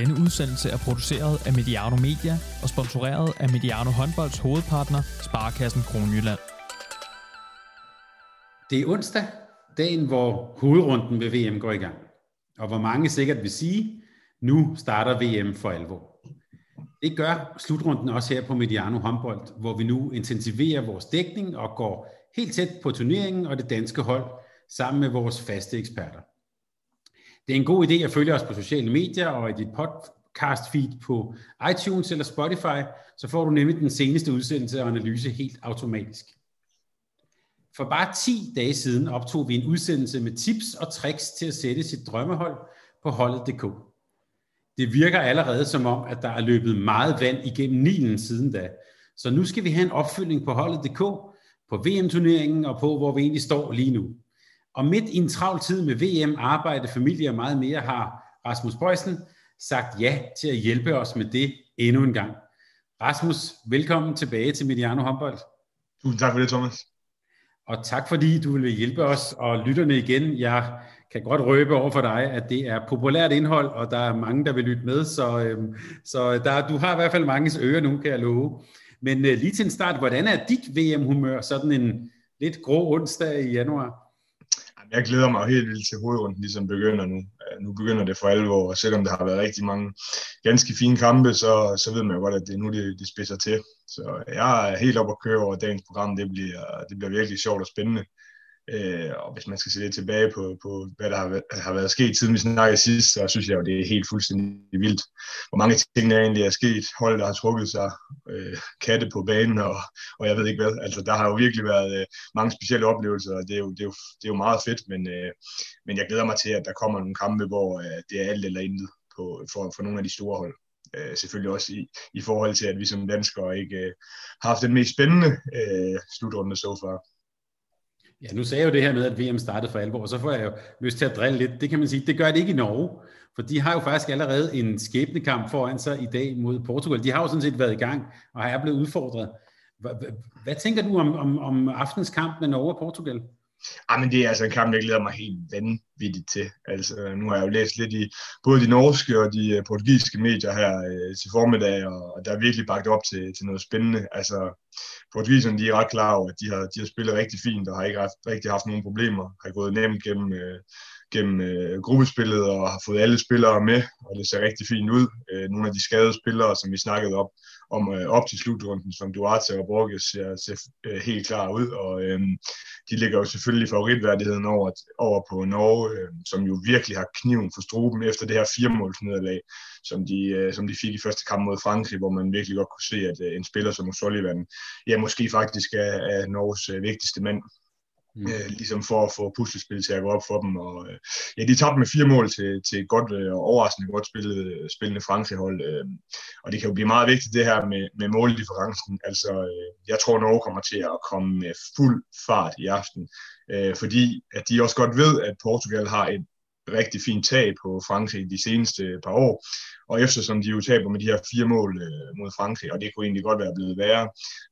Denne udsendelse er produceret af Mediano Media og sponsoreret af Mediano Håndbolds hovedpartner, Sparekassen Kronjylland. Det er onsdag, dagen hvor hovedrunden ved VM går i gang. Og hvor mange sikkert vil sige, nu starter VM for alvor. Det gør slutrunden også her på Mediano Håndbold, hvor vi nu intensiverer vores dækning og går helt tæt på turneringen og det danske hold sammen med vores faste eksperter. Det er en god idé at følge os på sociale medier og i dit podcast feed på iTunes eller Spotify, så får du nemlig den seneste udsendelse og analyse helt automatisk. For bare 10 dage siden optog vi en udsendelse med tips og tricks til at sætte sit drømmehold på holdet.dk. Det virker allerede som om, at der er løbet meget vand igennem Nilen siden da. Så nu skal vi have en opfølgning på holdet.dk, på VM-turneringen og på, hvor vi egentlig står lige nu. Og midt i en travl tid med VM, arbejde, familie og meget mere, har Rasmus Boysen sagt ja til at hjælpe os med det endnu en gang. Rasmus, velkommen tilbage til Mediano Håndbold. Tusind tak for det, Thomas. Og tak fordi du vil hjælpe os og lytterne igen. Jeg kan godt røbe over for dig, at det er populært indhold, og der er mange, der vil lytte med, så du har i hvert fald manges ører nu, kan jeg love. Men lige til en start, hvordan er dit VM-humør sådan en lidt grå onsdag i januar? Jeg glæder mig helt vildt til hovedrunden, ligesom begynder nu. Nu begynder det for alvor, og selvom der har været rigtig mange ganske fine kampe, så ved man jo godt, at det er nu, det spidser til. Så jeg er helt oppe at køre over dagens program. Det bliver virkelig sjovt og spændende. Og hvis man skal se lidt tilbage på hvad der har været sket siden vi snakkede sidst, så synes jeg jo, det er helt fuldstændig vildt. Hvor mange ting der egentlig er sket. Hold, der har trukket sig, katte på banen, og jeg ved ikke hvad. Altså, der har jo virkelig været mange specielle oplevelser, og det er jo meget fedt, men jeg glæder mig til, at der kommer nogle kampe, hvor det er alt eller intet for nogle af de store hold. Selvfølgelig også i forhold til, at vi som danskere ikke har haft den mest spændende slutrunde så far. Ja, nu sagde jeg jo det her med, at VM startede for alvor, og så får jeg jo lyst til at drille lidt. Det kan man sige, det gør det ikke i Norge, for de har jo faktisk allerede en skæbnekamp foran sig i dag mod Portugal. De har jo sådan set været i gang, og er blevet udfordret. Hvad tænker du om aftens kamp med Norge og Portugal? Men det er altså en kamp, jeg glæder mig helt vanvittigt til. Altså, nu har jeg jo læst lidt i både de norske og de portugisiske medier her til formiddag, og der er virkelig bakket op til noget spændende. Altså, portugiserne, de er ret klar over, at de har spillet rigtig fint og har ikke rigtig haft nogen problemer. Har gået nemt gennem gruppespillet og har fået alle spillere med, og det ser rigtig fint ud. Nogle af de skadede spillere, som vi snakkede om op til slutrunden, som Duarte og Borges ser helt klar ud, og de ligger jo selvfølgelig favoritværdigheden over på Norge, som jo virkelig har kniven for struben efter det her 4-målsnederlag, som de fik i første kamp mod Frankrig, hvor man virkelig godt kunne se, at en spiller som O'Sullivan, måske faktisk er Norges vigtigste mand. Ligesom for at få puslespil til at gå op for dem, og de tabte med 4 mål til et godt og overraskende godt spillende Frankrig-hold, og det kan jo blive meget vigtigt det her med måldifferencen. Altså, jeg tror Norge kommer til at komme med fuld fart i aften, fordi at de også godt ved, at Portugal har et rigtig fint tag på Frankrig de seneste par år, og eftersom de jo taber med de her 4 mål mod Frankrig, og det kunne egentlig godt være blevet værre,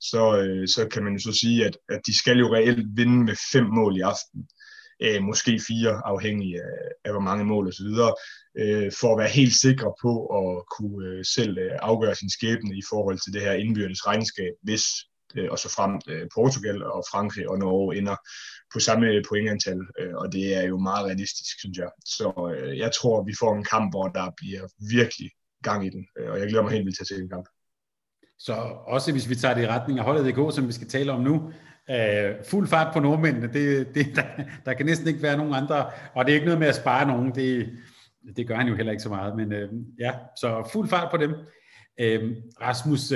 så kan man jo så sige, at de skal jo reelt vinde med 5 mål i aften, måske 4, afhængig af hvor mange mål og så videre, for at være helt sikre på at kunne selv afgøre sin skæbne i forhold til det her indbyrdes regnskab, hvis og så fremt Portugal og Frankrig og Norge ender på samme pointantal, og det er jo meget realistisk, synes jeg. Så jeg tror, vi får en kamp, hvor der bliver virkelig gang i den, og jeg glæder mig helt vildt til at se en kamp. Så også hvis vi tager det i retning af holdet.dk, som vi skal tale om nu, fuld fart på nordmændene, der kan næsten ikke være nogen andre, og det er ikke noget med at spare nogen, det gør han jo heller ikke så meget, men så fuld fart på dem. Rasmus,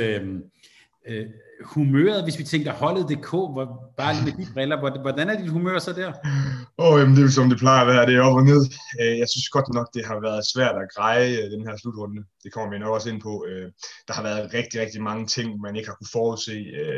humøret, hvis vi tænker holdet.dk, bare lige med de briller, hvordan er dit humør så der? Jamen, det er jo som det plejer at være, det er op og ned. Jeg synes godt nok, det har været svært at greje den her slutrunde. Det kommer vi nok også ind på. Der har været rigtig, rigtig mange ting, man ikke har kunne forudse.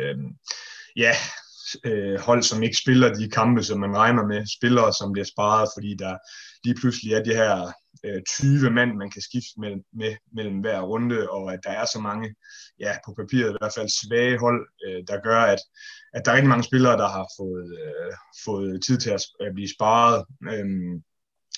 Hold, som ikke spiller de kampe, som man regner med. Spillere, som bliver sparet, fordi der lige pludselig er det her 20 mand, man kan skifte mellem hver runde, og at der er så mange, på papiret i hvert fald svage hold, der gør, at der er rigtig mange spillere, der har fået tid til at blive sparet.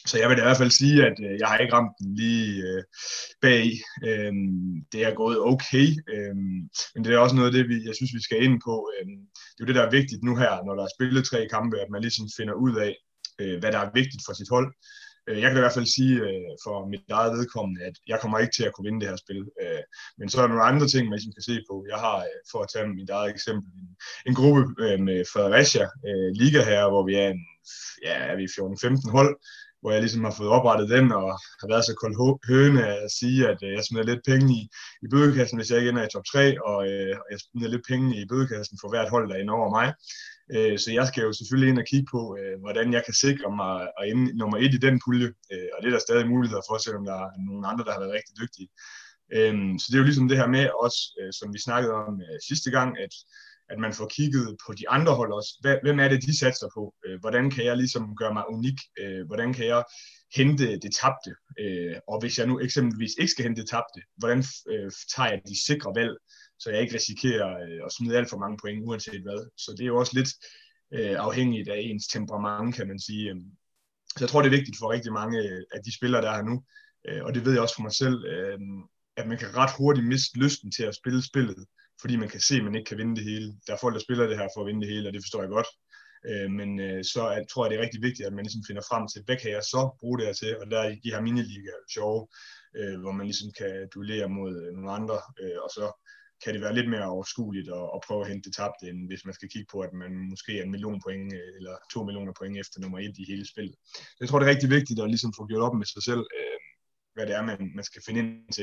Så jeg vil da i hvert fald sige, at jeg har ikke ramt den lige bag. Det er gået okay, men det er også noget af det, jeg synes, vi skal ind på. Det er jo det, der er vigtigt nu her, når der er spillet 3 kampe, at man ligesom finder ud af, hvad der er vigtigt for sit hold. Jeg kan da i hvert fald sige for mit eget vedkommende, at jeg kommer ikke til at kunne vinde det her spil. Men så er der nogle andre ting, man ligesom kan se på. Jeg har, for at tage mit eget eksempel, en gruppe med Fredericia Liga her, hvor vi er vi 14-15 hold, hvor jeg ligesom har fået oprettet den, og har været så kold høne at sige, at jeg smider lidt penge i bødekassen, hvis jeg ikke ender i top 3, og jeg smider lidt penge i bødekassen for hvert hold, der ender over mig. Så jeg skal jo selvfølgelig ind og kigge på, hvordan jeg kan sikre mig at ende nummer 1 i den pulje, og det er der stadig muligheder for, selvom der er nogle andre, der har været rigtig dygtige. Så det er jo ligesom det her med også, som vi snakkede om sidste gang, at man får kigget på de andre hold også. Hvem er det, de satser på? Hvordan kan jeg ligesom gøre mig unik? Hvordan kan jeg hente det tabte? Og hvis jeg nu eksempelvis ikke skal hente det tabte, hvordan tager jeg de sikre valg, så jeg ikke risikerer at smide alt for mange point, uanset hvad. Så det er jo også lidt afhængigt af ens temperament, kan man sige. Så jeg tror, det er vigtigt for rigtig mange af de spillere, der er her nu, og det ved jeg også for mig selv, at man kan ret hurtigt miste lysten til at spille spillet, fordi man kan se, at man ikke kan vinde det hele. Der er folk, der spiller det her for at vinde det hele, og det forstår jeg godt. Men så tror jeg, det er rigtig vigtigt, at man ligesom finder frem til, hvad kan jeg så bruge det her til? Og der er de her miniligaer sjove, hvor man ligesom kan duellere mod nogle andre, og så kan det være lidt mere overskueligt at prøve at hente det tabte, end hvis man skal kigge på, at man måske er 1 million point eller 2 millioner point efter nummer 1 i hele spillet. Så jeg tror, det er rigtig vigtigt at ligesom få gjort op med sig selv, hvad det er, man skal finde ind til.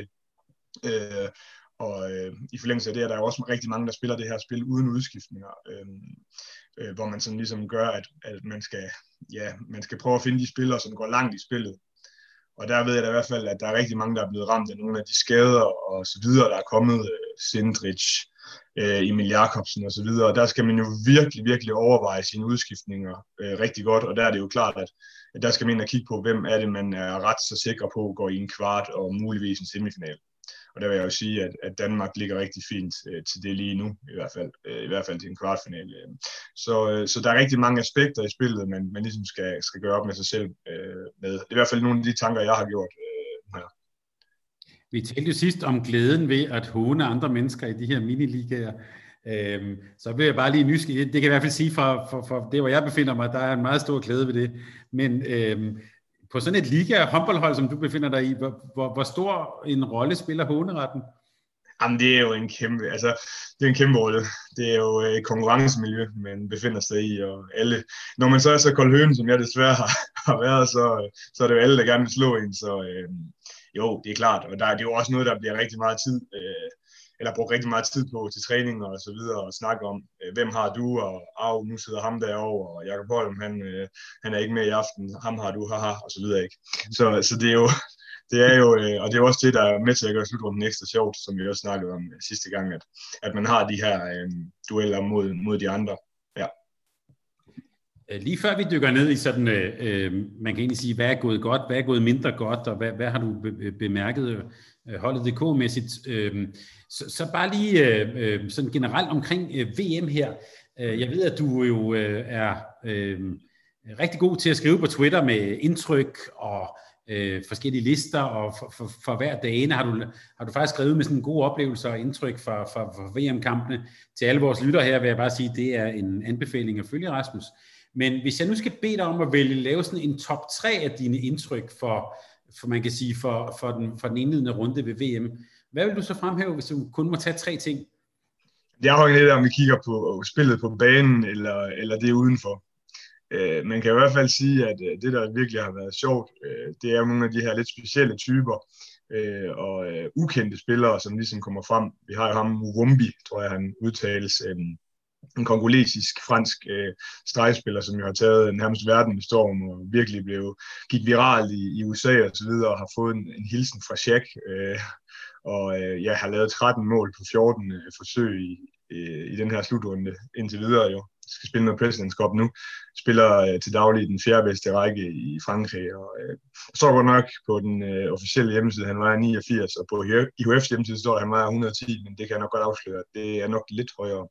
I forlængelse af det er der jo også rigtig mange, der spiller det her spil uden udskiftninger, hvor man sådan ligesom gør, at man skal prøve at finde de spillere, som går langt i spillet. Og der ved jeg da i hvert fald, at der er rigtig mange, der er blevet ramt af nogle af de skader og så videre, der er kommet, Sindrich, Emil Jakobsen og så videre. Og der skal man jo virkelig, virkelig overveje sine udskiftninger rigtig godt, og der er det jo klart, at der skal man ind og kigge på, hvem er det, man er ret så sikker på, går i en kvart og muligvis en semifinal. Og der vil jeg jo sige, at Danmark ligger rigtig fint til det lige nu, i hvert fald til en kvartfinale. Så der er rigtig mange aspekter i spillet, man ligesom skal gøre op med sig selv med. Det er i hvert fald nogle af de tanker, jeg har gjort her. Vi talte jo sidst om glæden ved at håne andre mennesker i de her miniligaer. Så bliver jeg bare lige nysgerrig. Det kan jeg i hvert fald sige for det, hvor jeg befinder mig, der er en meget stor glæde ved det. Men på sådan et liga-håndboldhold, som du befinder dig i, hvor stor en rolle spiller håneretten? Jamen, det er jo en kæmpe rolle. Det er jo et konkurrencemiljø, man befinder sig i, og alle, når man så er så kold høne, som jeg desværre har været, så er det jo alle, der gerne vil slå en, så jo, det er klart, og det er jo også noget, der bliver rigtig meget tid, eller brugt rigtig meget tid på til træning og så videre, og snakke om, hvem har du, og nu sidder ham derovre, og Jakob Holm, han er ikke med i aften, ham har du, haha, og så videre, ikke? Så det er jo, og det er også det, der er med til at gøre slutrunden ekstra sjovt, som vi også snakkede om sidste gang, at man har de her dueller mod de andre. Ja. Lige før vi dykker ned i sådan, man kan egentlig sige, hvad er gået godt, hvad er gået mindre godt, og hvad har du bemærket holdet DK-mæssigt, så bare lige sådan generelt omkring VM her. Jeg ved, at du jo er rigtig god til at skrive på Twitter med indtryk og forskellige lister, og for hver dage har du faktisk skrevet med sådan gode oplevelser og indtryk for VM-kampene. Til alle vores lyttere her vil jeg bare sige, at det er en anbefaling at følge, Rasmus. Men hvis jeg nu skal bede dig om at lave sådan en top 3 af dine indtryk for man kan sige, for den indledende runde ved VM, hvad vil du så fremhæve, hvis du kun må tage 3 ting? Det afhænger lidt af, om vi kigger på spillet på banen, eller det udenfor. Man kan i hvert fald sige, at det, der virkelig har været sjovt, det er nogle af de her lidt specielle typer og ukendte spillere, som ligesom kommer frem. Vi har jo ham Murumbi, tror jeg, han udtales, en kongolesisk-fransk stregspiller, som jo har taget nærmest verden i storm og virkelig gik viralt i USA og så videre, og har fået en hilsen fra Shaq, og har lavet 13 mål på 14 forsøg i den her slutrunde indtil videre jo. Skal spille noget Presidents Cup nu. Spiller til daglig den 4. bedste række i Frankrig. Og så godt nok på den officielle hjemmeside, han var 89, og på IHF's hjemmeside står der, han var 110, men det kan jeg nok godt afsløre. Det er nok lidt højere.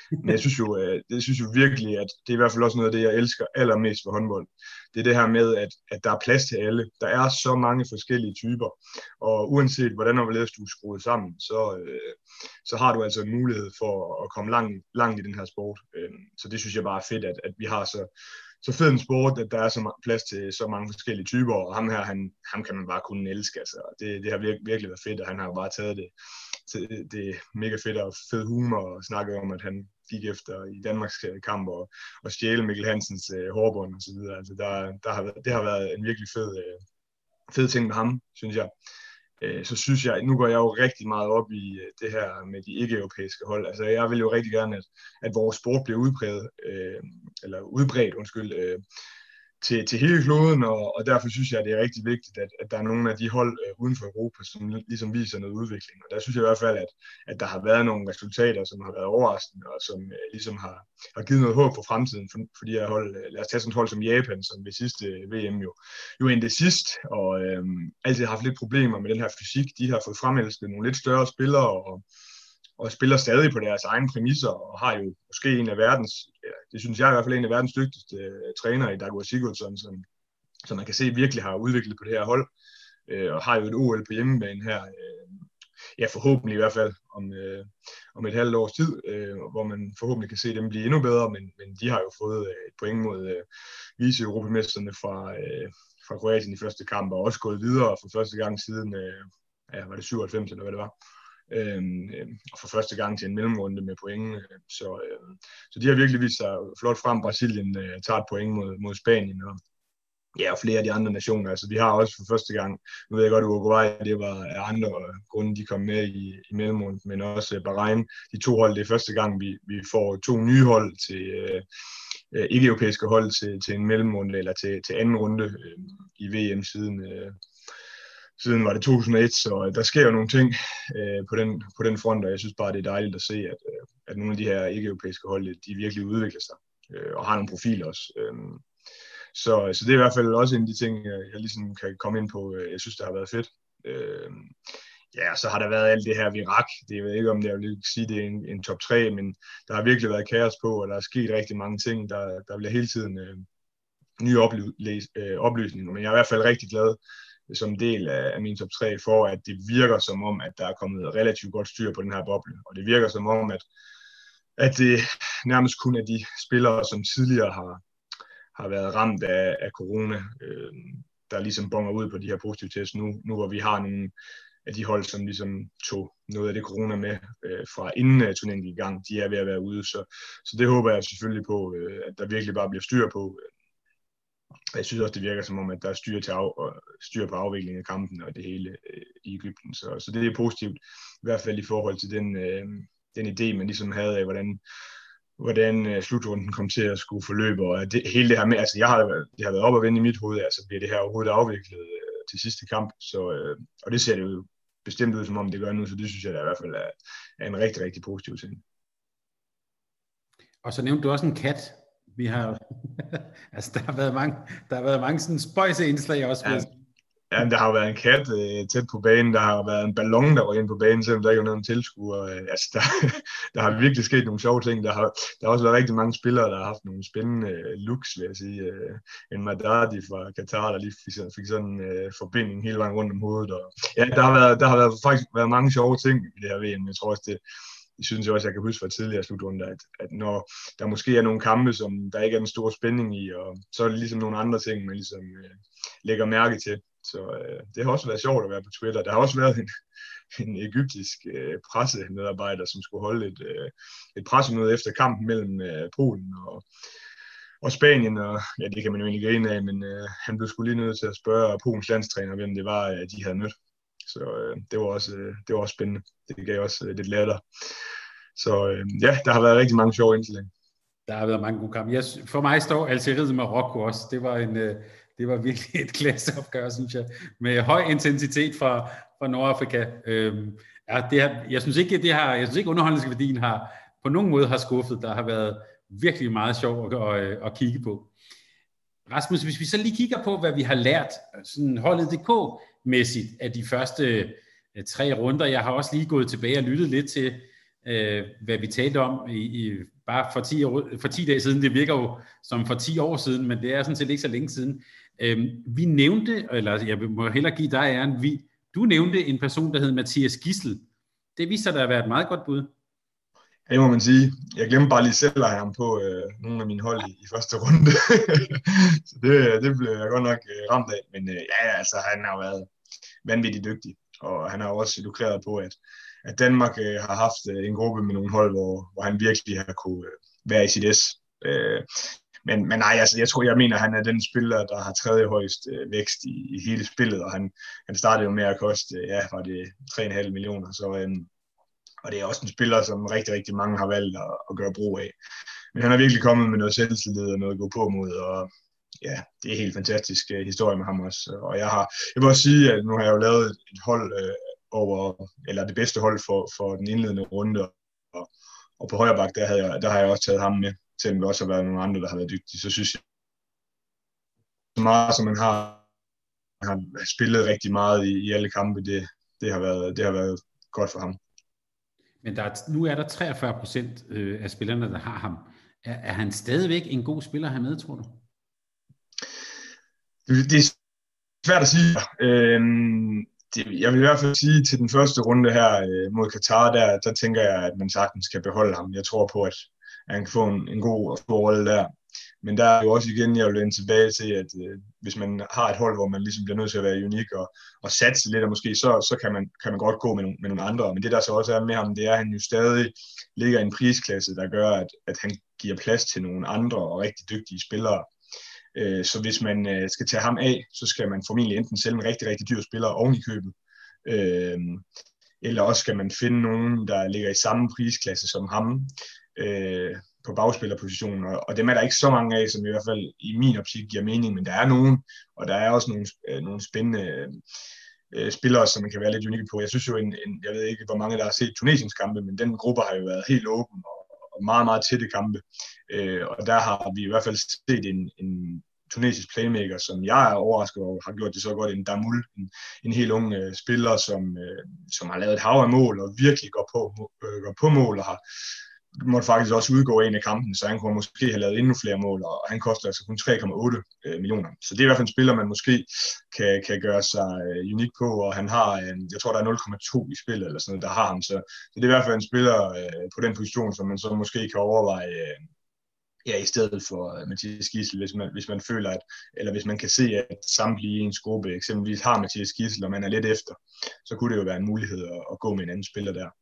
Men jeg synes jo virkelig, at det er i hvert fald også noget af det, jeg elsker allermest ved håndbold. Det er det her med, at der er plads til alle. Der er så mange forskellige typer, og uanset hvordan og hvorledes du er skruet sammen, så har du altså en mulighed for at komme langt i den her sport. Så det synes jeg bare er fedt, at vi har så fed en sport, at der er så plads til så mange forskellige typer, og ham her, ham kan man bare kunne elske. Altså. Det har virkelig været fedt, og han har jo bare taget det er mega fedt og fed humor, og snakket om, at han gik efter i Danmarks kamp og stjæle Mikkel Hansens hårbånd og så videre. Altså, det har været en virkelig fed ting med ham, synes jeg. Så synes jeg, nu går jeg jo rigtig meget op i det her med de ikke-europæiske hold. Altså jeg vil jo rigtig gerne, at vores sport bliver udbredt til hele kloden, og derfor synes jeg, at det er rigtig vigtigt, at der er nogle af de hold uden for Europa, som ligesom viser noget udvikling. Og der synes jeg i hvert fald, at der har været nogle resultater, som har været overraskende, og som ligesom har givet noget håb for fremtiden for de her hold. Lad os tage sådan et hold som Japan, som ved sidste VM jo endte sidst, og altid har haft lidt problemer med den her fysik. De har fået fremelsket nogle lidt større spillere, og spiller stadig på deres egne præmisser, og har jo måske en af verdens, det synes jeg i hvert fald, en af verdens dygtigste trænere i Dagur Sigurdsson, som man kan se virkelig har udviklet på det her hold, og har jo et OL på hjemmebane her, forhåbentlig i hvert fald om et halvt års tid, hvor man forhåbentlig kan se dem blive endnu bedre, men de har jo fået et point mod vice-europamesterne fra Kroatien i første kamp, og også gået videre for første gang siden, var det 97 eller hvad det var, og for første gang til en mellemrunde med point. Så de har virkelig vist sig flot frem. Brasilien tager et point mod Spanien, og flere af de andre nationer. Altså vi har også for første gang, nu ved jeg godt, at Uruguay, det var af andre grunde, de kom med i mellemrunden, men også Bahrain, de to hold, det er første gang, vi får to nye hold til ikke-europæiske hold til en mellemrunde, eller til anden runde i VM siden var det 2001, så der sker jo nogle ting på den front, og jeg synes bare, det er dejligt at se, at nogle af de her ikke-europæiske hold, de virkelig udvikler sig, og har nogle profiler også. Så det er i hvert fald også en af de ting, jeg ligesom kan komme ind på. Jeg synes, det har været fedt. Så har der været alt det her virak. Det ved jeg ikke, om jeg vil sige, det er en top 3, men der har virkelig været kaos på, og der er sket rigtig mange ting. Der bliver hele tiden nye oplysninger, men jeg er i hvert fald rigtig glad som del af min top 3 for, at det virker som om, at der er kommet relativt godt styr på den her boble, og det virker som om, at det nærmest kun er de spillere, som tidligere har været ramt af corona, der ligesom bonger ud på de her positive tests nu hvor vi har nogle af de hold, som ligesom tog noget af det corona med fra inden turneringen i gang, de er ved at være ude, så det håber jeg selvfølgelig på, at der virkelig bare bliver styr på. Jeg synes også, det virker som om, at der er styr på afviklingen af kampen og det hele i Egypten. Så det er positivt, i hvert fald i forhold til den idé, man ligesom havde af, hvordan slutrunden kom til at skulle forløbe. Og hele det her med, altså det har været op og vende i mit hoved, altså bliver det her overhovedet afviklet til sidste kamp. Og det ser det jo bestemt ud, som om det gør nu, så det synes jeg da i hvert fald er en rigtig, rigtig positiv ting. Og så nævnte du også en kat. Vi har altså der har været mange sådan spøjse indslag også. Ja, der har været en kat tæt på banen, der har været en ballon, der var inde på banen, selvom der ikke var nogen tilskuere. Altså, der har virkelig sket nogle sjove ting. Der har også været rigtig mange spillere, der har haft nogle spændende looks, vil jeg sige. En Madadi fra Katar, der lige fik sådan en forbinding hele vejen rundt om hovedet. Og, ja, der har faktisk været mange sjove ting i det her VM. Jeg tror også, jeg synes også, jeg kan huske fra tidligere slutrunde, at når der måske er nogle kampe, som der ikke er den store spænding i, og så er det ligesom nogle andre ting, man ligesom lægger mærke til. Så det har også været sjovt at være på Twitter. Der har også været en egyptisk pressemedarbejder, som skulle holde et pressemøde efter kampen mellem Polen og Spanien, og ja, det kan man jo egentlig grine af, men han blev sgu lige nødt til at spørge Polens landstræner, hvem det var, de havde mødt. Så det var også spændende. Det gav også lidt latter. Så der har været rigtig mange sjove indslag. Der har været mange gode kampe. For mig står Algeriet Marokko også. Det var virkelig et klasseopgør, synes jeg, med høj intensitet fra Nordafrika. Jeg synes ikke underholdningsværdien har på nogen måde har skuffet. Der har været virkelig meget sjov at kigge på. Rasmus, hvis vi så lige kigger på, hvad vi har lært sådan holdet DK-mæssigt af de første 3 runder. Jeg har også lige gået tilbage og lyttet lidt til, hvad vi talte om bare for 10 dage siden. Det virker jo som for 10 år siden, men det er sådan set ikke så længe siden. Vi nævnte, eller jeg må hellere give dig æren, du nævnte en person, der hed Mathias Gidsel. Det viser sig at være et meget godt bud. Det må man sige. Jeg glemte bare lige selv at have ham på nogle af mine hold i første runde. Så det blev jeg godt nok ramt af. Men altså, han har været vanvittigt dygtig. Og han har også lukreret på, at Danmark har haft en gruppe med nogle hold, hvor han virkelig har kunne være i sit S. Men nej, altså, jeg mener, han er den spiller, der har tredje højst vækst i hele spillet. Og han startede jo med at koste, var det 3,5 millioner. Og det er også en spiller, som rigtig, rigtig mange har valgt at gøre brug af. Men han er virkelig kommet med noget selvtillid og noget at gå på mod, og ja, det er en helt fantastisk historie med ham også. Og jeg vil også sige, at nu har jeg jo lavet et hold eller det bedste hold for den indledende runde, og på højre bak, der har jeg også taget ham med, selvom der også har været nogle andre, der har været dygtige. Så synes jeg, så meget som han har spillet rigtig meget i alle kampe, det har været godt for ham. Men nu er der 43% af spillerne, der har ham. Er han stadigvæk en god spiller her med, tror du? Det er svært at sige. Jeg vil i hvert fald sige, til den første runde her mod Katar, der tænker jeg, at man sagtens kan beholde ham. Jeg tror på, at han kan få en god og stor rolle der. Men der er jo også igen, jeg vil vende tilbage til, at hvis man har et hold, hvor man ligesom bliver nødt til at være unik og satse lidt, og måske så kan man godt gå med nogle andre. Men det der så også er med ham, det er, at han jo stadig ligger i en prisklasse, der gør, at han giver plads til nogle andre og rigtig dygtige spillere. Så hvis man skal tage ham af, så skal man formentlig enten sælge en rigtig, rigtig dyr spiller oven i købet, eller også skal man finde nogen, der ligger i samme prisklasse som ham, på bagspillerpositionen, og dem er der ikke så mange af, som i hvert fald i min optik giver mening, men der er nogen, og der er også nogle spændende spillere, som man kan være lidt unikke på. Jeg synes jo, jeg ved ikke, hvor mange der har set Tunesiens kampe, men den gruppe har jo været helt åben og meget, meget tætte kampe, og der har vi i hvert fald set en tunesisk playmaker, som jeg er overrasket over, har gjort det så godt, en Damul, en helt ung spiller, som har lavet et hav af mål, og virkelig går på mål, og måtte faktisk også udgå en af kampen, så han kunne måske have lavet endnu flere mål, og han koster altså kun 3,8 millioner. Så det er i hvert fald en spiller, man måske kan gøre sig unik på, og han har, jeg tror, der er 0,2 i spillet, eller sådan noget, der har ham. Så det er i hvert fald en spiller på den position, som man så måske kan overveje, i stedet for Mathias Gidsel, hvis man føler, eller hvis man kan se, at samtlige i ens gruppe eksempelvis har Mathias Gidsel, og man er lidt efter, så kunne det jo være en mulighed at gå med en anden spiller der.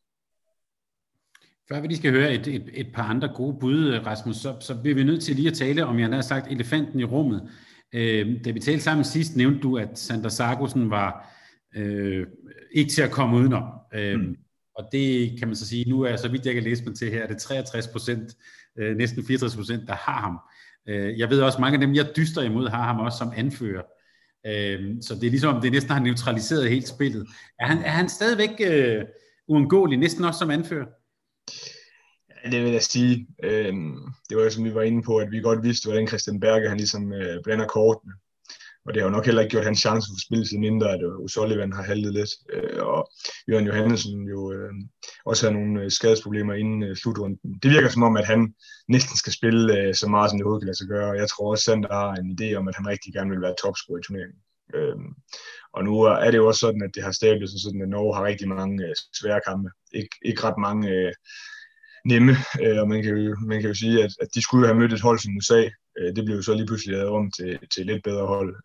Før vi lige skal høre et par andre gode bud, Rasmus, så bliver vi nødt til lige at tale om, jeg har sagt, elefanten i rummet. Da vi talte sammen sidst, nævnte du, at Sander Sargussen var ikke til at komme udenom. Og det kan man så sige, nu er så vidt jeg kan læse mig til her, er det 63%, næsten 64%, der har ham. Jeg ved også, mange af dem, jeg dyster imod, har ham også som anfører. Så det er ligesom, det næsten har neutraliseret helt spillet. Er han stadigvæk uundgåelig, næsten også som anfører? Det vil jeg sige. Det var jo, som vi var inde på, at vi godt vidste, hvordan Christian Berge han ligesom blander kortene. Og det har jo nok heller ikke gjort hans chance for spilletid mindre, at O'Sullivan har haltet lidt. Og Jørgen Johannessen jo også har nogle skadesproblemer inden slutrunden. Det virker som om, at han næsten skal spille så meget, som det overhovedet kan lade sig gøre. Og jeg tror også, Sander har en idé om, at han rigtig gerne vil være topscorer i turneringen. Og nu er det jo også sådan, at det har stablet sig sådan, at Norge har rigtig mange svære kampe. Ikke ret mange nemme, og man kan jo sige, at de skulle have mødt et hold som USA. Det blev jo så lige pludselig lavet om til et lidt bedre hold.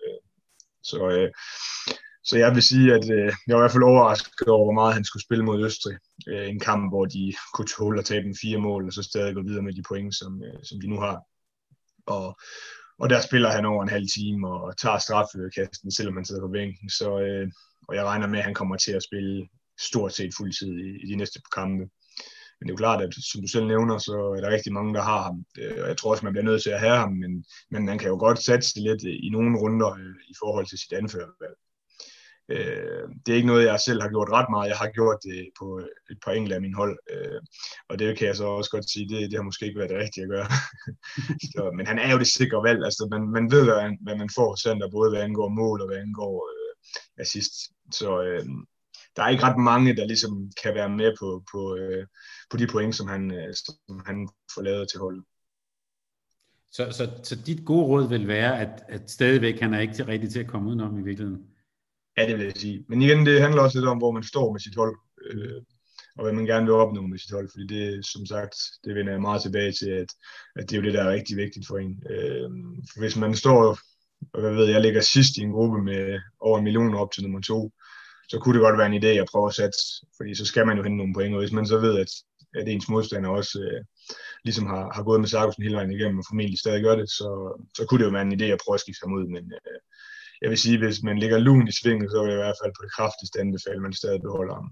Så jeg vil sige, at jeg var i hvert fald overrasket over, hvor meget han skulle spille mod Østrig. En kamp, hvor de kunne tåle at tabe dem 4 mål, og så stadig gå videre med de point, som de nu har. Og der spiller han over en halv time og tager straffekasten, selvom han sidder på bænken. Og jeg regner med, at han kommer til at spille stort set fuldtid i de næste kampe. Men det er jo klart, at som du selv nævner, så er der rigtig mange, der har ham. Og jeg tror også, man bliver nødt til at have ham, men man kan jo godt satse lidt i nogle runder i forhold til sit anførervalg. Det er ikke noget, jeg selv har gjort ret meget. Jeg har gjort det på et par enkelte af mine hold. Og det kan jeg så også godt sige, det har måske ikke været det rigtige at gøre. Men han er jo det sikre valg. Altså, man ved, hvad man får Sander, både hvad angår mål og hvad angår assist. Så der er ikke ret mange, der ligesom kan være med på de point, som han får lavet til holdet. Så dit gode råd vil være, at stadigvæk han er ikke rigtig til at komme udenom i virkeligheden? Ja, det vil jeg sige. Men igen, det handler også lidt om, hvor man står med sit hold, og hvad man gerne vil opnå med sit hold, fordi det, som sagt, det vender jeg meget tilbage til, at det er jo det, der er rigtig vigtigt for en. For hvis man står, jeg ligger sidst i en gruppe med over 1 million op til nummer 2, så kunne det godt være en idé at prøve at satse, fordi så skal man jo hente nogle point, og hvis man så ved, at ens modstander også ligesom har gået med Sargussen hele vejen igennem, og formentlig stadig gør det, så kunne det jo være en idé at prøve at skifte ham ud, men jeg vil sige, hvis man ligger lun i svinget, så vil jeg i hvert fald på det kraftigste anbefale, at man stadig beholder ham.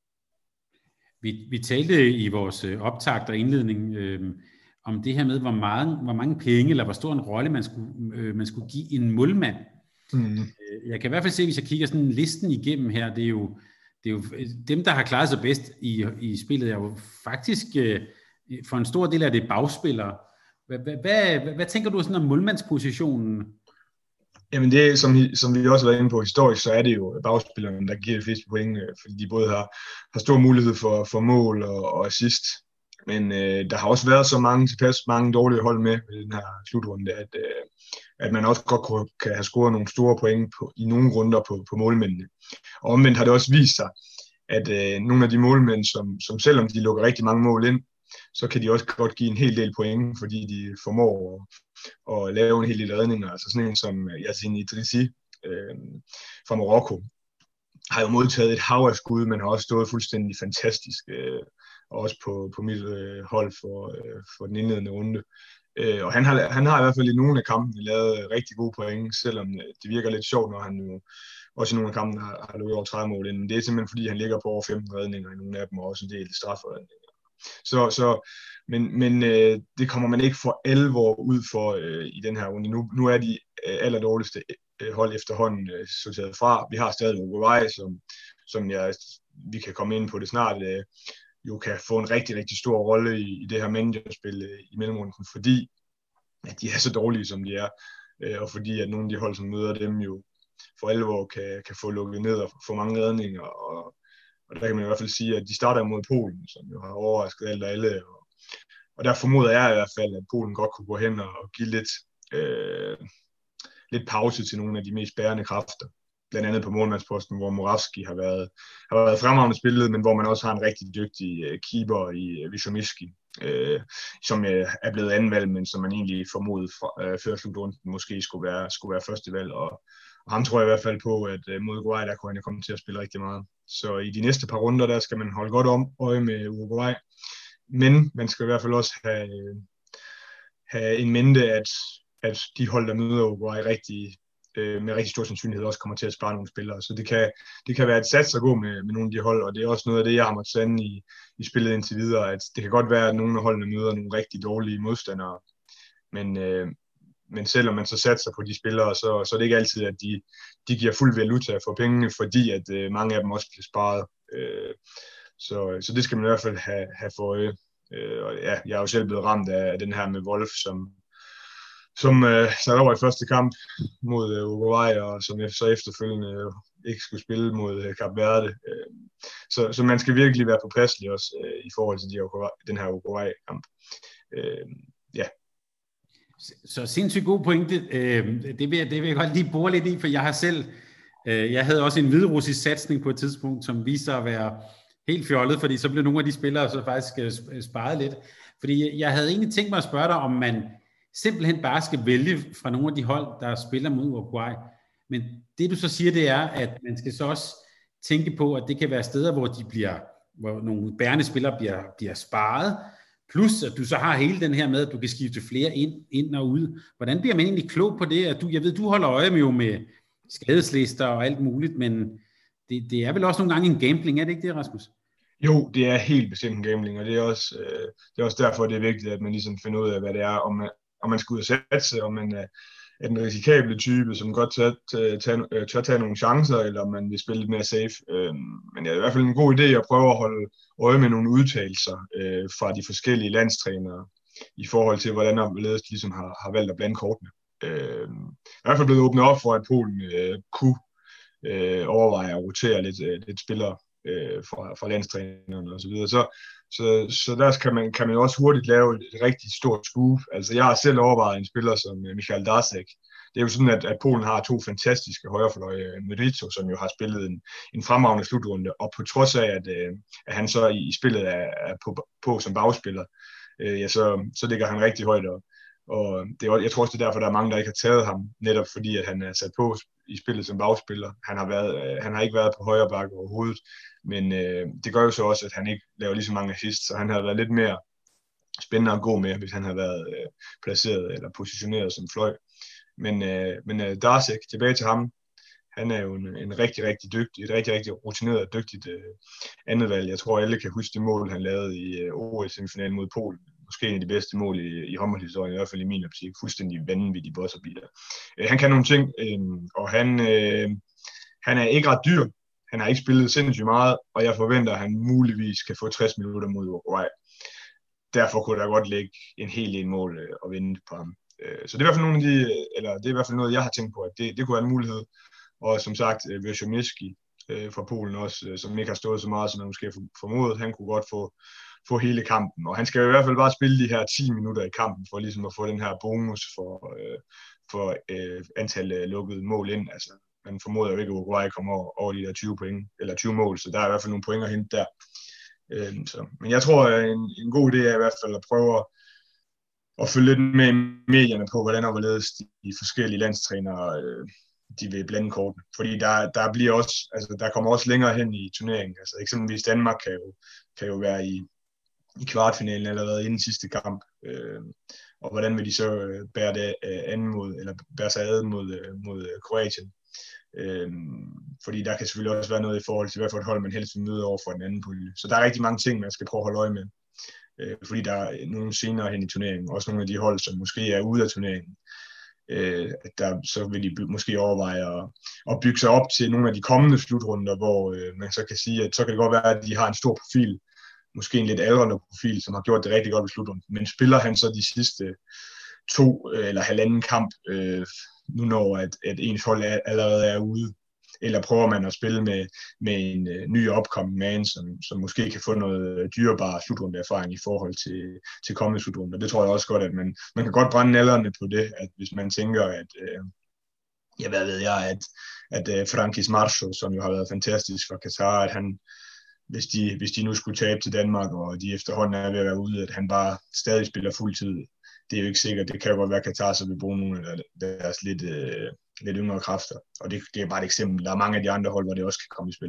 Vi talte i vores optakt og indledning om det her med, hvor mange penge, eller hvor stor en rolle man skulle give en målmand. Jeg kan i hvert fald se, hvis jeg kigger sådan listen igennem her, det er jo dem, der har klaret sig bedst i spillet, er jo faktisk for en stor del af det bagspillere. Hvad tænker du sådan om målmandspositionen? Jamen det, som vi også har været inde på historisk, så er det jo bagspillerne, der giver de fleste point, fordi de både har stor mulighed for mål og assist. Men der har også været så tilpas mange dårlige hold med i den her slutrunde, at man også godt kan have scoret nogle store point i nogle runder på målmændene. Og omvendt har det også vist sig, at nogle af de målmænd, som selvom de lukker rigtig mange mål ind, så kan de også godt give en hel del point, fordi de formår at lave en hel del redninger. Altså sådan en som Yassine Idrissi fra Marokko har jo modtaget et hav af skud, men har også stået fuldstændig fantastisk, også på mit hold for den indledende runde. Og han har i hvert fald i nogle af kampene lavet rigtig gode point, selvom det virker lidt sjovt, når han jo også i nogle af kampene har lukket over 30 mål ind. Men det er simpelthen fordi, han ligger på over 15 redninger i nogle af dem, og også en del strafredninger. Men det kommer man ikke for alvor ud for i den her runde. Nu er de allerdårligste hold efterhånden sorteret fra. Vi har stadig Uruguay, som vi kan komme ind på det snart, jo kan få en rigtig, rigtig stor rolle i det her managerspil i mellemrunden, fordi at de er så dårlige, som de er, og fordi at nogle af de hold, som møder dem, jo for alvor kan få lukket ned og få mange redninger, og der kan man i hvert fald sige, at de starter mod Polen, som jo har overrasket alt og alle, og der formoder jeg i hvert fald, at Polen godt kunne gå hen og give lidt pause til nogle af de mest bærende kræfter. Blandt andet på målmandsposten, hvor Morawski har været fremragende spillet, men hvor man også har en rigtig dygtig keeper i Wiszomiski, som er blevet andenvalgt, men som man egentlig formodede før slutrunden måske skulle være førstevalg. Og ham tror jeg i hvert fald på, at mod Uruguay, der kunne han komme til at spille rigtig meget. Så i de næste par runder, der skal man holde godt øje med Uruguay. Men man skal i hvert fald også have en mente, at de hold, der møder Uruguay med rigtig stor sandsynlighed også kommer til at spare nogle spillere. Så det kan være et sats at gå med nogle af de hold, og det er også noget af det, jeg har måttet sande i spillet indtil videre, at det kan godt være, at nogle af holdene møder nogle rigtig dårlige modstandere, men selvom man så satser på de spillere, så er det ikke altid, at de giver fuld valuta for pengene, fordi at mange af dem også bliver sparet. Så det skal man i hvert fald have for øje. Og ja, jeg er jo selv blevet ramt af den her med Wolf, som satte over i første kamp mod Uruguay, og som så efterfølgende ikke skulle spille mod Kap Verde. Så man skal virkelig være påpasselig også i forhold til den her Uruguay-kamp. Ja. Så sindssygt god pointe. Det vil jeg godt lige bore lidt i, for jeg har selv, jeg havde også en hviderussisk satsning på et tidspunkt, som viste sig at være helt fjollet, fordi så blev nogle af de spillere så faktisk sparet lidt. Fordi jeg havde egentlig tænkt mig at spørge dig, om man simpelthen bare skal vælge fra nogle af de hold, der spiller mod Uruguay. Men det du så siger, det er, at man skal så også tænke på, at det kan være steder, hvor nogle bærende spillere bliver sparet, plus at du så har hele den her med, at du kan skifte flere ind og ud. Hvordan bliver man egentlig klog på det? Jeg ved, du holder øje med skadeslister og alt muligt, men det er vel også nogle gange en gambling, er det ikke det, Rasmus? Jo, det er helt bestemt en gambling, og det er også derfor, det er vigtigt, at man ligesom finder ud af, hvad det er, om man skal ud og satse, om man er den risikable type, som godt tør tage nogle chancer, eller om man vil spille lidt mere safe. Men det er i hvert fald en god idé at prøve at holde øje med nogle udtalelser fra de forskellige landstrænere, i forhold til, hvordan de ligesom har valgt at blande kortene. I hvert fald blevet åbnet op for, at Polen kunne overveje at rotere lidt spillere. fra landstræneren og så videre. Så der kan man jo også hurtigt lave et rigtig stort scoop. Altså jeg har selv overvejet en spiller som Michal Darcek. Det er jo sådan, at Polen har 2 fantastiske højrefløje, Medrito, som jo har spillet en fremragende slutrunde, og på trods af, at han så i spillet er på som bagspiller, så ligger han rigtig højt op. Og jeg tror også, det er derfor, der er mange, der ikke har taget ham, netop fordi, at han er sat på i spillet som bagspiller. Han har ikke været på højre bakke overhovedet, men det gør jo så også, at han ikke laver lige så mange assists, så han har været lidt mere spændende at gå med, hvis han havde været placeret eller positioneret som fløj. Men Darcek, tilbage til ham, han er jo en rigtig, rigtig dygtig, et rigtig, rigtig rutineret og dygtigt andet valg. Jeg tror, alle kan huske det mål, han lavede i OL-semifinalen mod Polen. Måske en af de bedste mål i håndboldhistorien, i hvert fald i min optik. Fuldstændig vanvittig bosserbiler. Han kan nogle ting, og han er ikke ret dyr. Han har ikke spillet sindssygt meget, og jeg forventer, at han muligvis kan få 60 minutter mod Uruguay. Derfor kunne der godt ligge en hel del mål og vente på ham. Så det er i hvert fald det er i hvert fald noget, jeg har tænkt på, at det kunne være en mulighed. Og som sagt, Wierzchowski fra Polen også, som ikke har stået så meget, som man måske formodet, han kunne godt få hele kampen. Og han skal i hvert fald bare spille de her 10 minutter i kampen, for ligesom at få den her bonus for antal lukkede mål ind. Altså, man formoder jo ikke, at Uruguay kommer over de der 20 point, eller 20 mål, så der er i hvert fald nogle point at hente der. Men jeg tror, at en god idé er i hvert fald at prøve at følge lidt med i medierne på, hvordan og hvorledes de forskellige landstrænere de vil blande korten. Fordi der bliver også, altså der kommer også længere hen i turneringen. Altså eksempelvis Danmark kan jo være i kvartfinalen allerede inden sidste kamp. Og hvordan vil de så bære sig ad mod Kroatien? Fordi der kan selvfølgelig også være noget i forhold til, hvad for et hold man helst vil møde over for den anden pulje. Så der er rigtig mange ting, man skal prøve at holde øje med. Fordi der er nogle senere hen i turneringen, også nogle af de hold, som måske er ude af turneringen, så vil de måske overveje at bygge sig op til nogle af de kommende slutrunder, hvor man så kan sige, at så kan det godt være, at de har en stor profil, måske en lidt aldrende profil, som har gjort det rigtig godt i slutrunden, men spiller han så de sidste 2 eller halvanden kamp, nu når at ens hold allerede er ude, eller prøver man at spille med en ny opkommende man, som måske kan få noget dyrebar slutrundeerfaring i forhold til kommende slutrunder. Det tror jeg også godt, at man kan godt brænde nallerne på det, at hvis man tænker, at at Frankis Marshall, som jo har været fantastisk for Katar, at han, hvis de nu skulle tabe til Danmark, og de efterhånden er ved at være ude, at han bare stadig spiller fuldtid. Det er jo ikke sikkert. Det kan jo godt være, at Katar så vil bruge nogle af deres lidt yngre kræfter. Og det er bare et eksempel. Der er mange af de andre hold, hvor det også kan komme i spil.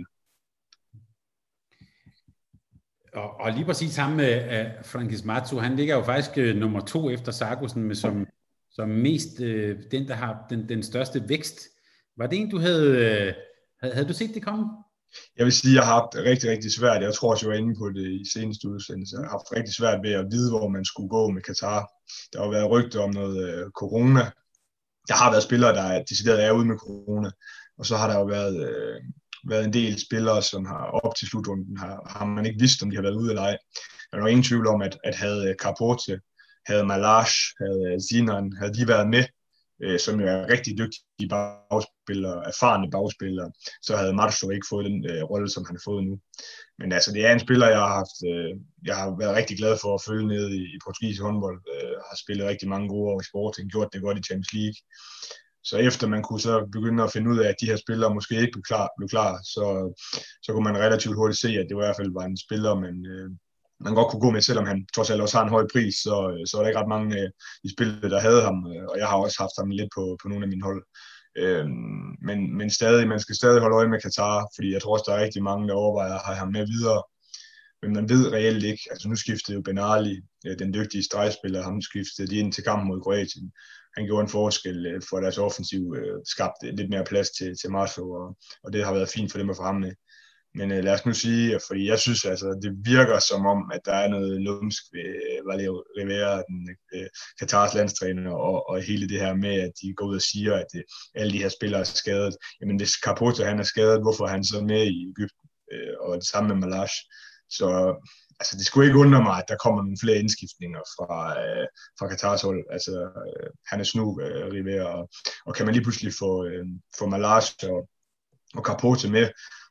Og lige præcis ham med Frankis Marshall, han ligger jo faktisk nummer 2 efter Sargussen, som mest den, der har den største vækst. Var det en, du havde du set det komme? Jeg vil sige, at jeg har haft rigtig, rigtig svært. Jeg tror også, jeg var inde på det i seneste udsendelse. Jeg har haft rigtig svært ved at vide, hvor man skulle gå med Katar. Der har været rygter om noget corona. Der har været spillere, der decideret er ude med corona. Og så har der jo været en del spillere, som har op til slutrunden, har man ikke vidst, om de har været ude eller ej. Der er jo ingen tvivl om, at havde Capote, havde Malash, havde Zinan, havde de været med, som jo er rigtig dygtige bagspillere, erfarne bagspillere, så havde Marshall ikke fået den rolle, som han har fået nu. Men altså, det er en spiller, jeg har været rigtig glad for at følge nede i portugisisk håndbold. Har spillet rigtig mange gode år i Sporting, gjort det godt i Champions League. Så efter man kunne så begynde at finde ud af, at de her spillere måske ikke blev klar, så kunne man relativt hurtigt se, at det i hvert fald var en spiller, man godt kunne gå med, selvom han trods alt også har en høj pris, så er der ikke ret mange i spillet, der havde ham, og jeg har også haft ham lidt på nogle af mine hold. Men stadig, man skal stadig holde øje med Katar, fordi jeg tror også, der er rigtig mange, der overvejer at have ham med videre. Men man ved reelt ikke, altså nu skiftede jo Ben Ali, den dygtige stregspiller, ham skiftede de ind til kampen mod Kroatien. Han gjorde en forskel for deres offensiv, skabte lidt mere plads til Marshall, og det har været fint for dem at få ham med. Men lad os nu sige, fordi jeg synes, altså, det virker som om, at der er noget lumsk ved Valero Rivera, den Katars landstræner, og hele det her med, at de går ud og siger, at alle de her spillere er skadet. Jamen hvis Capote han er skadet, hvorfor er han så med i Egypten? Og det samme med Malash. Så altså, det skulle ikke undre mig, at der kommer nogle flere indskiftninger fra Katars hold. Altså, han er snu, Rivera, og kan man lige pludselig få Malash og Capote med,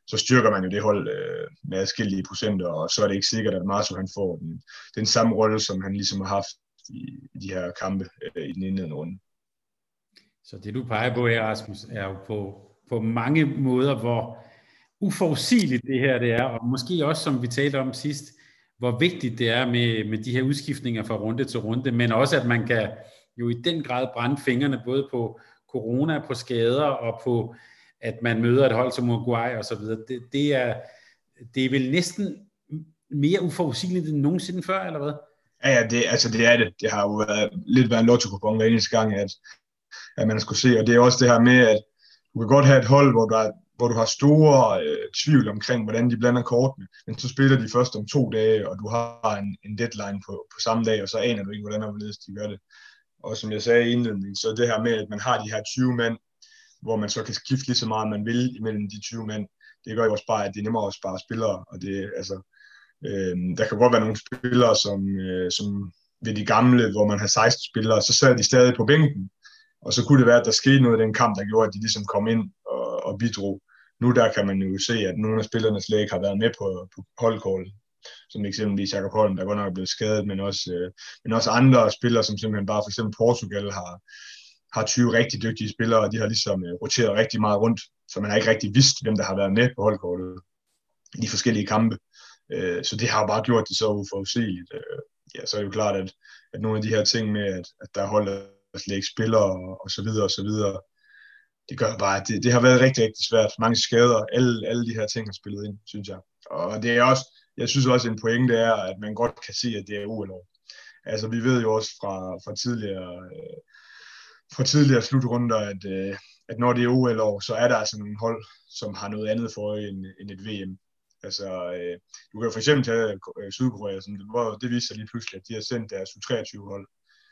så styrker man jo det hold med adskillige procenter, og så er det ikke sikkert, at Marto han får den samme rolle, som han ligesom har haft i de her kampe i den indledende runde. Så det du peger på her, Rasmus, er jo på mange måder, hvor uforudsigeligt det her det er, og måske også, som vi talte om sidst, hvor vigtigt det er med de her udskiftninger fra runde til runde, men også, at man kan jo i den grad brænde fingrene både på corona, på skader og på, at man møder et hold som Uruguay og så videre. Det er vel næsten mere uforudsigeligt end nogensinde før, eller hvad? Ja, det er det. Det har jo lidt været en lotto-kupon hver eneste gang, at man skulle se, og det er også det her med, at du kan godt have et hold, hvor du har store tvivl omkring, hvordan de blander kortene, men så spiller de først om 2 dage, og du har en deadline på samme dag, og så aner du ikke, hvordan og hvorledes de gør det. Og som jeg sagde i indledningen, så det her med, at man har de her 20 mand, hvor man så kan skifte lige så meget, man vil imellem de 20 mand, det gør jo også bare, at det er nemmere at spare spillere, og det altså, der kan godt være nogle spillere, som ved de gamle, hvor man har 16 spillere, så sad de stadig på bænken, og så kunne det være, at der skete noget i den kamp, der gjorde, at de ligesom kom ind og bidrog. Nu der kan man jo se, at nogle af spillerne slet ikke har været med på holdkortet, som eksempelvis Jakob Holm, der godt nok er blevet skadet, men også andre spillere, som simpelthen bare for eksempel Portugal har 20 rigtig dygtige spillere, og de har ligesom roteret rigtig meget rundt, så man har ikke rigtig vidst, hvem der har været med på holdkortet i de forskellige kampe. Så det har bare gjort det så uforudsigeligt. Ja, så er det jo klart, at nogle af de her ting med, at der er hold, der slet ikke spiller, og så videre, det gør bare, at det har været rigtig, rigtig svært. Mange skader, alle de her ting har spillet ind, synes jeg. Og det er også, jeg synes også en pointe er, at man godt kan se, at det er OL-år. Altså vi ved jo også fra tidligere slutrunder, at når det er OL-år, så er der altså nogle hold, som har noget andet for øje end et VM. Altså, du kan jo for eksempel tage Sydkorea, det viste sig lige pludselig, at de har sendt deres U23-hold.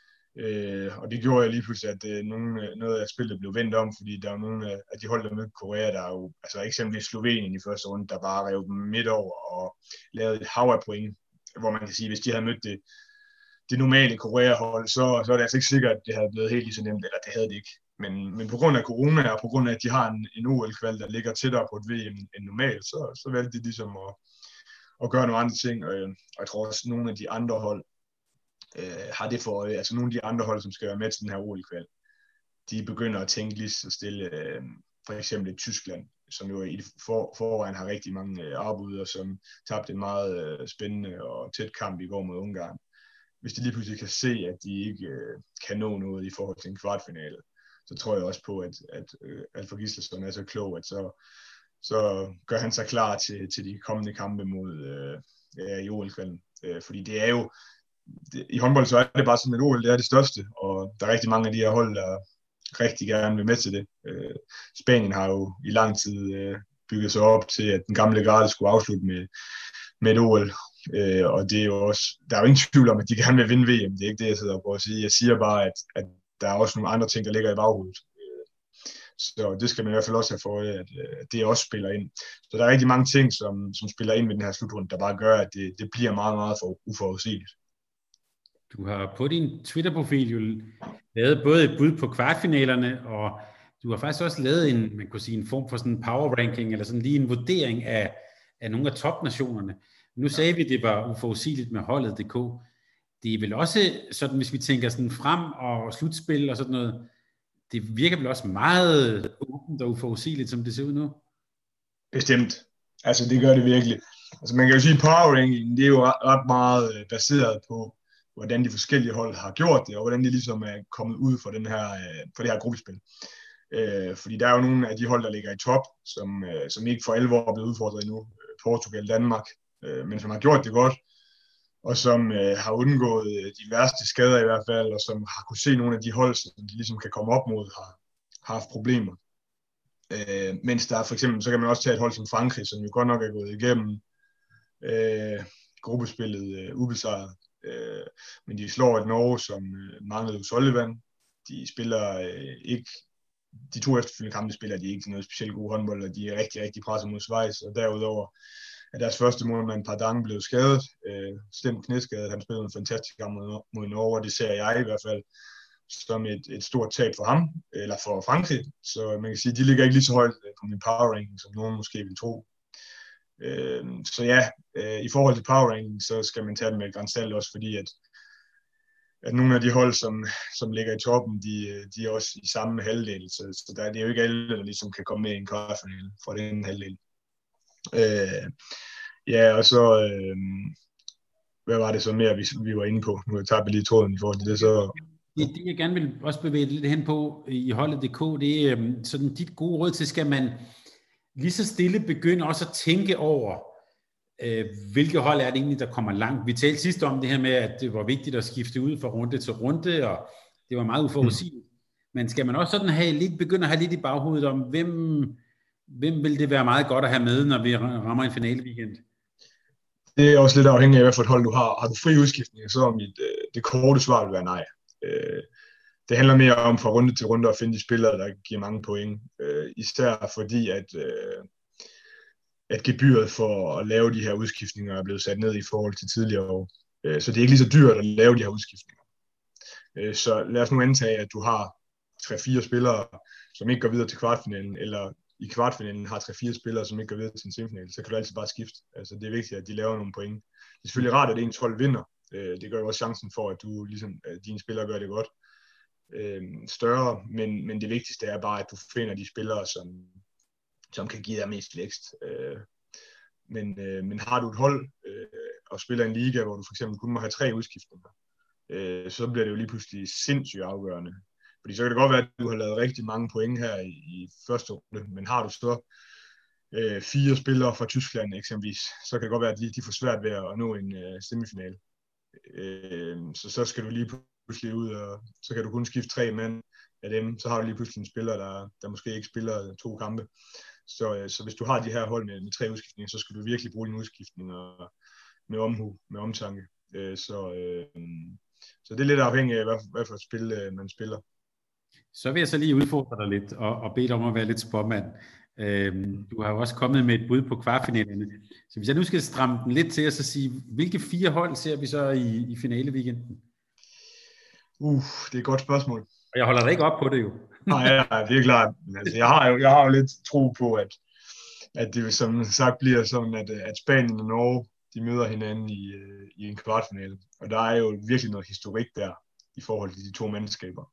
Og det gjorde lige pludselig, at noget af spillet blev vendt om, fordi der er nogle af de hold, der mødte Korea, der er jo, altså eksempelvis Slovenien i første runde, der bare rev dem midt over og lavede et hav af point, hvor man kan sige, hvis de havde mødt det normale Korea-hold, så er det altså ikke sikkert, at det havde blevet helt lige så nemt, eller det havde det ikke. Men på grund af corona, og på grund af, at de har en OL-kval, der ligger tættere på et VM end normalt, så valgte de ligesom at gøre nogle andre ting, og jeg tror også, at nogle af de andre hold har det for øje, altså nogle af de andre hold, som skal være med til den her OL-kval, de begynder at tænke lige så stille, for eksempel Tyskland, som jo i forvejen har rigtig mange afbud, og som tabte en meget spændende og tæt kamp i går mod Ungarn. Hvis de lige pludselig kan se, at de ikke kan nå noget i forhold til en kvartfinale, så tror jeg også på, at Alfred Gislason er så klog, at så gør han sig klar til de kommende kampe mod i OL-kvalden. Fordi det er jo, i håndbold så er det bare sådan, at OL det er det største, og der er rigtig mange af de her hold, der rigtig gerne vil med til det. Spanien har jo i lang tid bygget sig op til, at den gamle garde skulle afslutte med et OL. Og det er jo også, der er jo ingen tvivl om, at de gerne vil vinde VM. Det er ikke det, jeg sidder på at sige. Jeg siger bare, at der er også nogle andre ting, der ligger i baghovedet. Så det skal man i hvert fald også have for, at det også spiller ind. Så der er rigtig mange ting, som spiller ind ved den her slutrunde, der bare gør, at det bliver meget, meget for uforudsigeligt. Du har på din Twitter-profil jo lavet både et bud på kvartfinalerne, og du har faktisk også lavet man kunne sige, en form for sådan en power ranking, eller sådan lige en vurdering af nogle af topnationerne. Nu sagde vi, at det var uforudsigeligt med holdet.dk. Det er vel også sådan, hvis vi tænker sådan frem og slutspil og sådan noget, det virker vel også meget åbent og uforudsigeligt, som det ser ud nu? Bestemt. Altså det gør det virkelig. Altså man kan jo sige, at power ranking, det er jo ret meget baseret på, hvordan de forskellige hold har gjort det, og hvordan de ligesom er kommet ud for det her gruppespil. Fordi der er jo nogle af de hold, der ligger i top, som ikke for alvor er blevet udfordret endnu. Portugal, Danmark, men som har gjort det godt, og som har undgået de værste skader i hvert fald, og som har kunne se nogle af de hold, som de ligesom kan komme op mod, har haft problemer. Mens der for eksempel, så kan man også tage et hold som Frankrig, som jo godt nok er gået igennem gruppespillet ubesejret. Men de slår et Norge, som manglede Sullivan. De spiller ikke, de 2 efterfølgende kampe spiller de ikke noget specielt gode håndbold, og de er rigtig, rigtig presset mod Schweiz, og derudover er deres første målmand Pardang blevet skadet, slemt knæskadet. Han spillede en fantastisk kamp mod Norge, og det ser jeg i hvert fald som et stort tab for ham, eller for Frankrig. Så man kan sige, at de ligger ikke lige så højt på min power ranking, som nogen måske vil tro. Så ja, i forhold til power ranking, så skal man tage det med et gran salt også, fordi at nogle af de hold, som ligger i toppen, de er også i samme halvdel, så det er jo ikke alle, der ligesom kan komme med i en kvartfinale fra den halvdel. Ja, og så, hvad var det så mere, vi var inde på? Nu tager vi lige tråden i forhold til det, så... Det, jeg gerne vil også bevæge lidt hen på i holdet.dk, det er sådan dit gode råd til, skal man lige så stille begynde også at tænke over, hvilke hold er det egentlig, der kommer langt. Vi talte sidst om det her med, at det var vigtigt at skifte ud fra runde til runde, og det var meget uforudsigeligt. Men skal man også sådan begynde at have lidt i baghovedet om, hvem vil det være meget godt at have med, når vi rammer en finale weekend? Det er også lidt afhængigt af, hvad for et hold du har. Har du fri udskiftning, så om det korte svar vil være nej. Det handler mere om fra runde til runde at finde de spillere, der giver mange point. Især fordi, at gebyret for at lave de her udskiftninger er blevet sat ned i forhold til tidligere år. Så det er ikke lige så dyrt at lave de her udskiftninger. Så lad os nu antage, at du har 3-4 spillere, som ikke går videre til kvartfinalen, eller i kvartfinalen har 3-4 spillere, som ikke går videre til en semifinal, så kan du altid bare skifte. Altså, det er vigtigt, at de laver nogle point. Det er selvfølgelig rart, at ens hold vinder. Det gør jo også chancen for, at dine spillere gør det godt større, men det vigtigste er bare, at du finder de spillere, som kan give dig mest vækst. Men har du et hold og spiller en liga, hvor du for eksempel kun må have 3 udskiftninger, så bliver det jo lige pludselig sindssygt afgørende. Fordi så kan det godt være, at du har lavet rigtig mange point her i første runde, men har du så 4 spillere fra Tyskland eksempelvis, så kan det godt være, at de får svært ved at nå en semifinal. Så skal du lige pludselig ud, og så kan du kun skifte 3 mand af dem, så har du lige pludselig en spiller, der måske ikke spiller 2 kampe. Så hvis du har de her hold med 3 udskiftninger, så skal du virkelig bruge dine udskiftninger med omhu, med omtanke. Så det er lidt afhængigt af, hvad for et spil man spiller. Så vil jeg så lige udfordre dig lidt og bede dig om at være lidt spåmand. Du har jo også kommet med et bud på kvartfinalerne. Så hvis jeg nu skal stramme den lidt til, og så sige, hvilke 4 hold ser vi så i finaleweekenden? Det er et godt spørgsmål. Og jeg holder dig ikke op på det jo. Nej, det er klart. Altså, jeg har jo lidt tro på, at det som sagt bliver sådan, at Spanien og Norge, de møder hinanden i en kvartfinale. Og der er jo virkelig noget historik der, i forhold til de 2 mandskaber.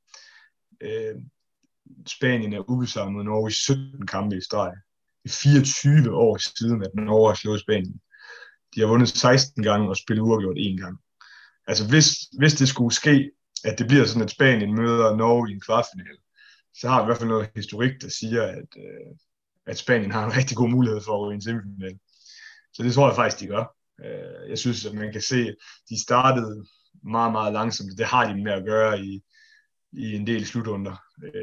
Spanien er ubesejret mod Norge i 17 kampe i streg. Det er 24 år siden, at Norge har slået Spanien. De har vundet 16 gange og spillet uafgjort 1 gang. Altså hvis det skulle ske, at det bliver sådan, at Spanien møder Norge i en kvartfinale, så har vi i hvert fald noget historik, der siger, at Spanien har en rigtig god mulighed for at gå i en semifinal. Så det tror jeg faktisk, de gør. Jeg synes, at man kan se, at de startede meget, meget langsomt. Det har de med at gøre i en del slutrunder.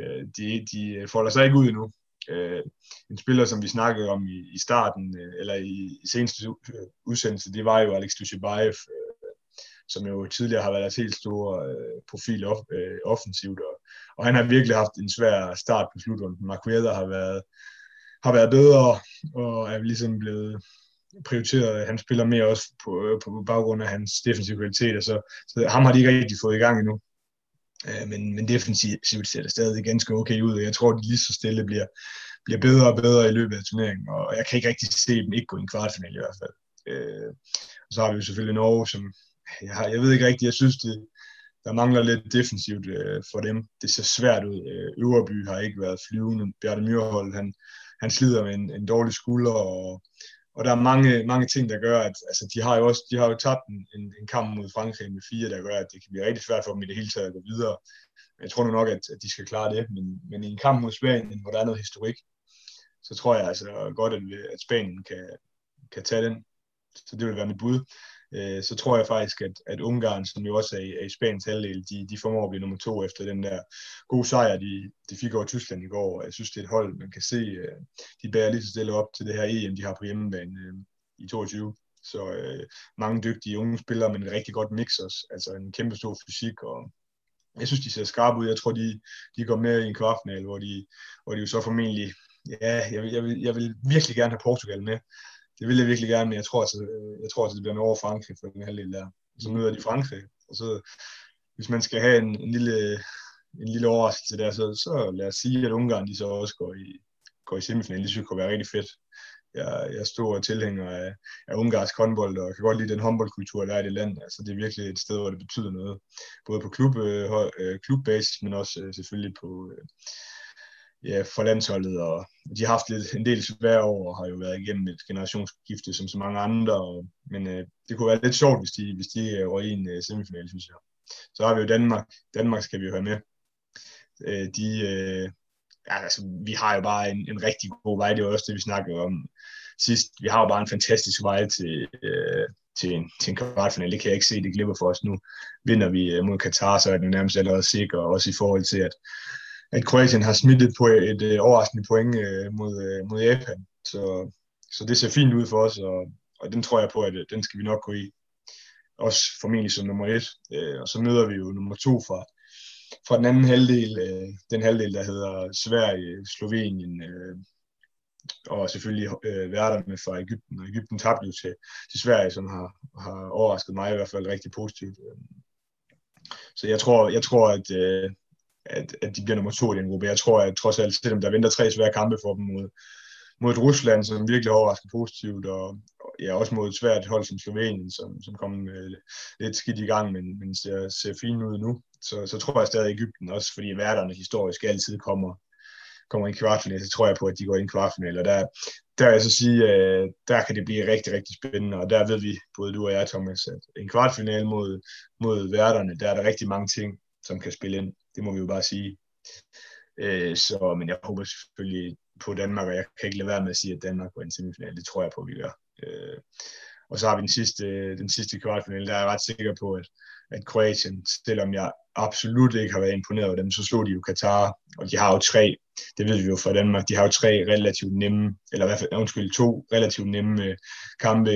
De folder sig ikke ud endnu. En spiller, som vi snakkede om i starten, eller i seneste udsendelse, det var jo Alex Dushibayev, som jo tidligere har været deres helt store profil offensivt, og han har virkelig haft en svær start på slutrunden. Marqueda har været bedre, og er ligesom blevet prioriteret. Han spiller mere også på baggrund af hans defensive kvaliteter, så ham har de ikke rigtig fået i gang endnu. Men defensivt ser det stadig ganske okay ud, og jeg tror, at de lige så stille bliver bedre og bedre i løbet af turneringen, og jeg kan ikke rigtig se dem ikke gå i en kvartfinale i hvert fald. Og så har vi jo selvfølgelig Norge, som jeg ved ikke rigtigt, jeg synes, der mangler lidt defensivt for dem. Det ser svært ud. Øverby har ikke været flyvende. Bjarte Myrhold, han slider med en dårlig skulder, og der er mange ting, der gør, at altså, de har jo tabt en kamp mod Frankrig med 4, der gør, at det kan blive rigtig svært for dem i det hele taget at gå videre. Jeg tror nu nok, at de skal klare det, men i en kamp mod Spanien, hvor der er noget historik, så tror jeg altså godt, at Spanien kan tage den. Så det vil være mit bud. Så tror jeg faktisk, at Ungarn, som jo også er i Spaniens halvdel, de formår at blive nummer 2 efter den der gode sejr, de fik over Tyskland i går. Jeg synes, det er et hold, man kan se, de bærer lige så stille op til det her EM, de har på hjemmebane i 22. Så mange dygtige unge spillere, men et rigtig godt mix også. Altså en kæmpe stor fysik, og jeg synes, de ser skarpe ud. Jeg tror, de går med i en kvartfinal, hvor de jo så formentlig, jeg vil virkelig gerne have Portugal med. Det vil jeg virkelig gerne, men jeg tror altså det bliver Norge og Frankrig for den halvdel der. Så møder de Frankrig, og så hvis man skal have en lille overraskelse der, så lad os sige, at Ungarn de så også går i semifinalen. Det synes jeg kunne være rigtig fedt. jeg er stor tilhænger af ungarsk håndbold, og kan godt lide den håndboldkultur, der er i det land. Altså, det er virkelig et sted, hvor det betyder noget. Både på klubbasis, men også selvfølgelig på for landsholdet. Og de har haft en del svære år, og har jo været igennem et generationsskifte som så mange andre. Men det kunne være lidt sjovt, hvis de røg i en semifinal, synes jeg. Så har vi jo Danmark. Danmark skal vi jo have med. Vi har jo bare en rigtig god vej. Det var også det, vi snakkede om sidst. Vi har jo bare en fantastisk vej til en kvartfinale. Det kan jeg ikke se, det glipper for os nu. Vinder vi mod Katar, så er det nærmest allerede sikker. Også i forhold til, at Kroatien har smittet på et overraskende point mod Japan. Så det ser fint ud for os, og den tror jeg på, at den skal vi nok gå i. Også formentlig som nummer 1. Og så møder vi jo nummer 2 fra den anden halvdel, den halvdel, der hedder Sverige, Slovenien, og selvfølgelig værterne fra Egypten. Og Egypten tabte jo til Sverige, som har overrasket mig i hvert fald rigtig positivt. Så jeg tror at de bliver nummer 2 i den gruppe. Jeg tror, at trods alt, selvom der venter 3 svære kampe for dem mod et Rusland, som virkelig overrasker positivt, og også mod et svært hold som Slovenien, som kom lidt skidt i gang, men ser fint ud nu. Så tror jeg stadig Egypten, også fordi værterne historisk altid kommer i en kvartfinale, så tror jeg på, at de går i en kvartfinale. Og der vil jeg så sige, der kan det blive rigtig, rigtig spændende, og der ved vi, både du og jeg, Thomas, at en kvartfinale mod værterne, der er der rigtig mange ting, som kan spille ind. Det må vi jo bare sige. Men jeg håber selvfølgelig på Danmark, og jeg kan ikke lade være med at sige, at Danmark går i en semifinale. Det tror jeg på, vi gør. Og så har vi den sidste kvartfinale, der er jeg ret sikker på, at Kroatien, selvom jeg absolut ikke har været imponeret over dem, så slog de jo Katar, og de har jo 3, det ved vi jo fra Danmark, de har jo 2 relativt nemme kampe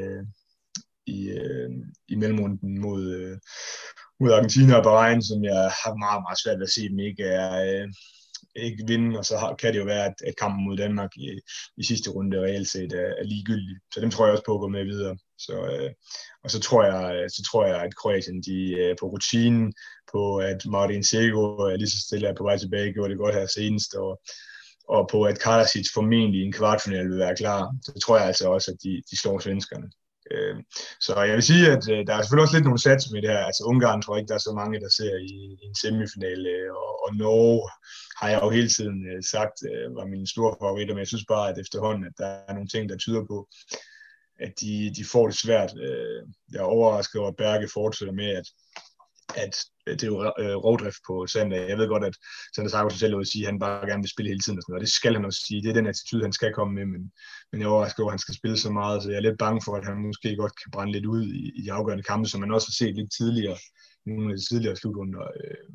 i mellemrunden mod Argentina og Bahrain, som jeg har meget, meget svært ved at se dem ikke vinde, og så kan det jo være, at kampen mod Danmark i sidste runde reelt set er ligegyldig. Så dem tror jeg også på at gå med videre. Og så tror jeg, at Kroatien, de er på rutinen, på at Martin Sego er lige så stille på vej tilbage, gjorde det godt her senest, og på at Karasic formentlig i en kvartfinale vil være klar. Så tror jeg altså også, at de slår svenskerne. Så jeg vil sige, at der er selvfølgelig også lidt nogle sats med det her. Altså Ungarn tror jeg ikke, der er så mange, der ser i en semifinale, og Norge har jeg jo hele tiden sagt, var mine store favoritter, men jeg synes bare, at efterhånden, at der er nogle ting, der tyder på, at de får det svært. Jeg er overrasket over, at Berge fortsætter med, at det er jo rovdrift på Sander. Jeg ved godt, at Sander Sarko selv vil sige, at han bare gerne vil spille hele tiden, og det skal han også sige. Det er den attitude, han skal komme med, men jeg er overrasket over, at han skal spille så meget, så jeg er lidt bange for, at han måske godt kan brænde lidt ud i de afgørende kampe, som man også har set lidt tidligere, nogle af de tidligere slutrunder.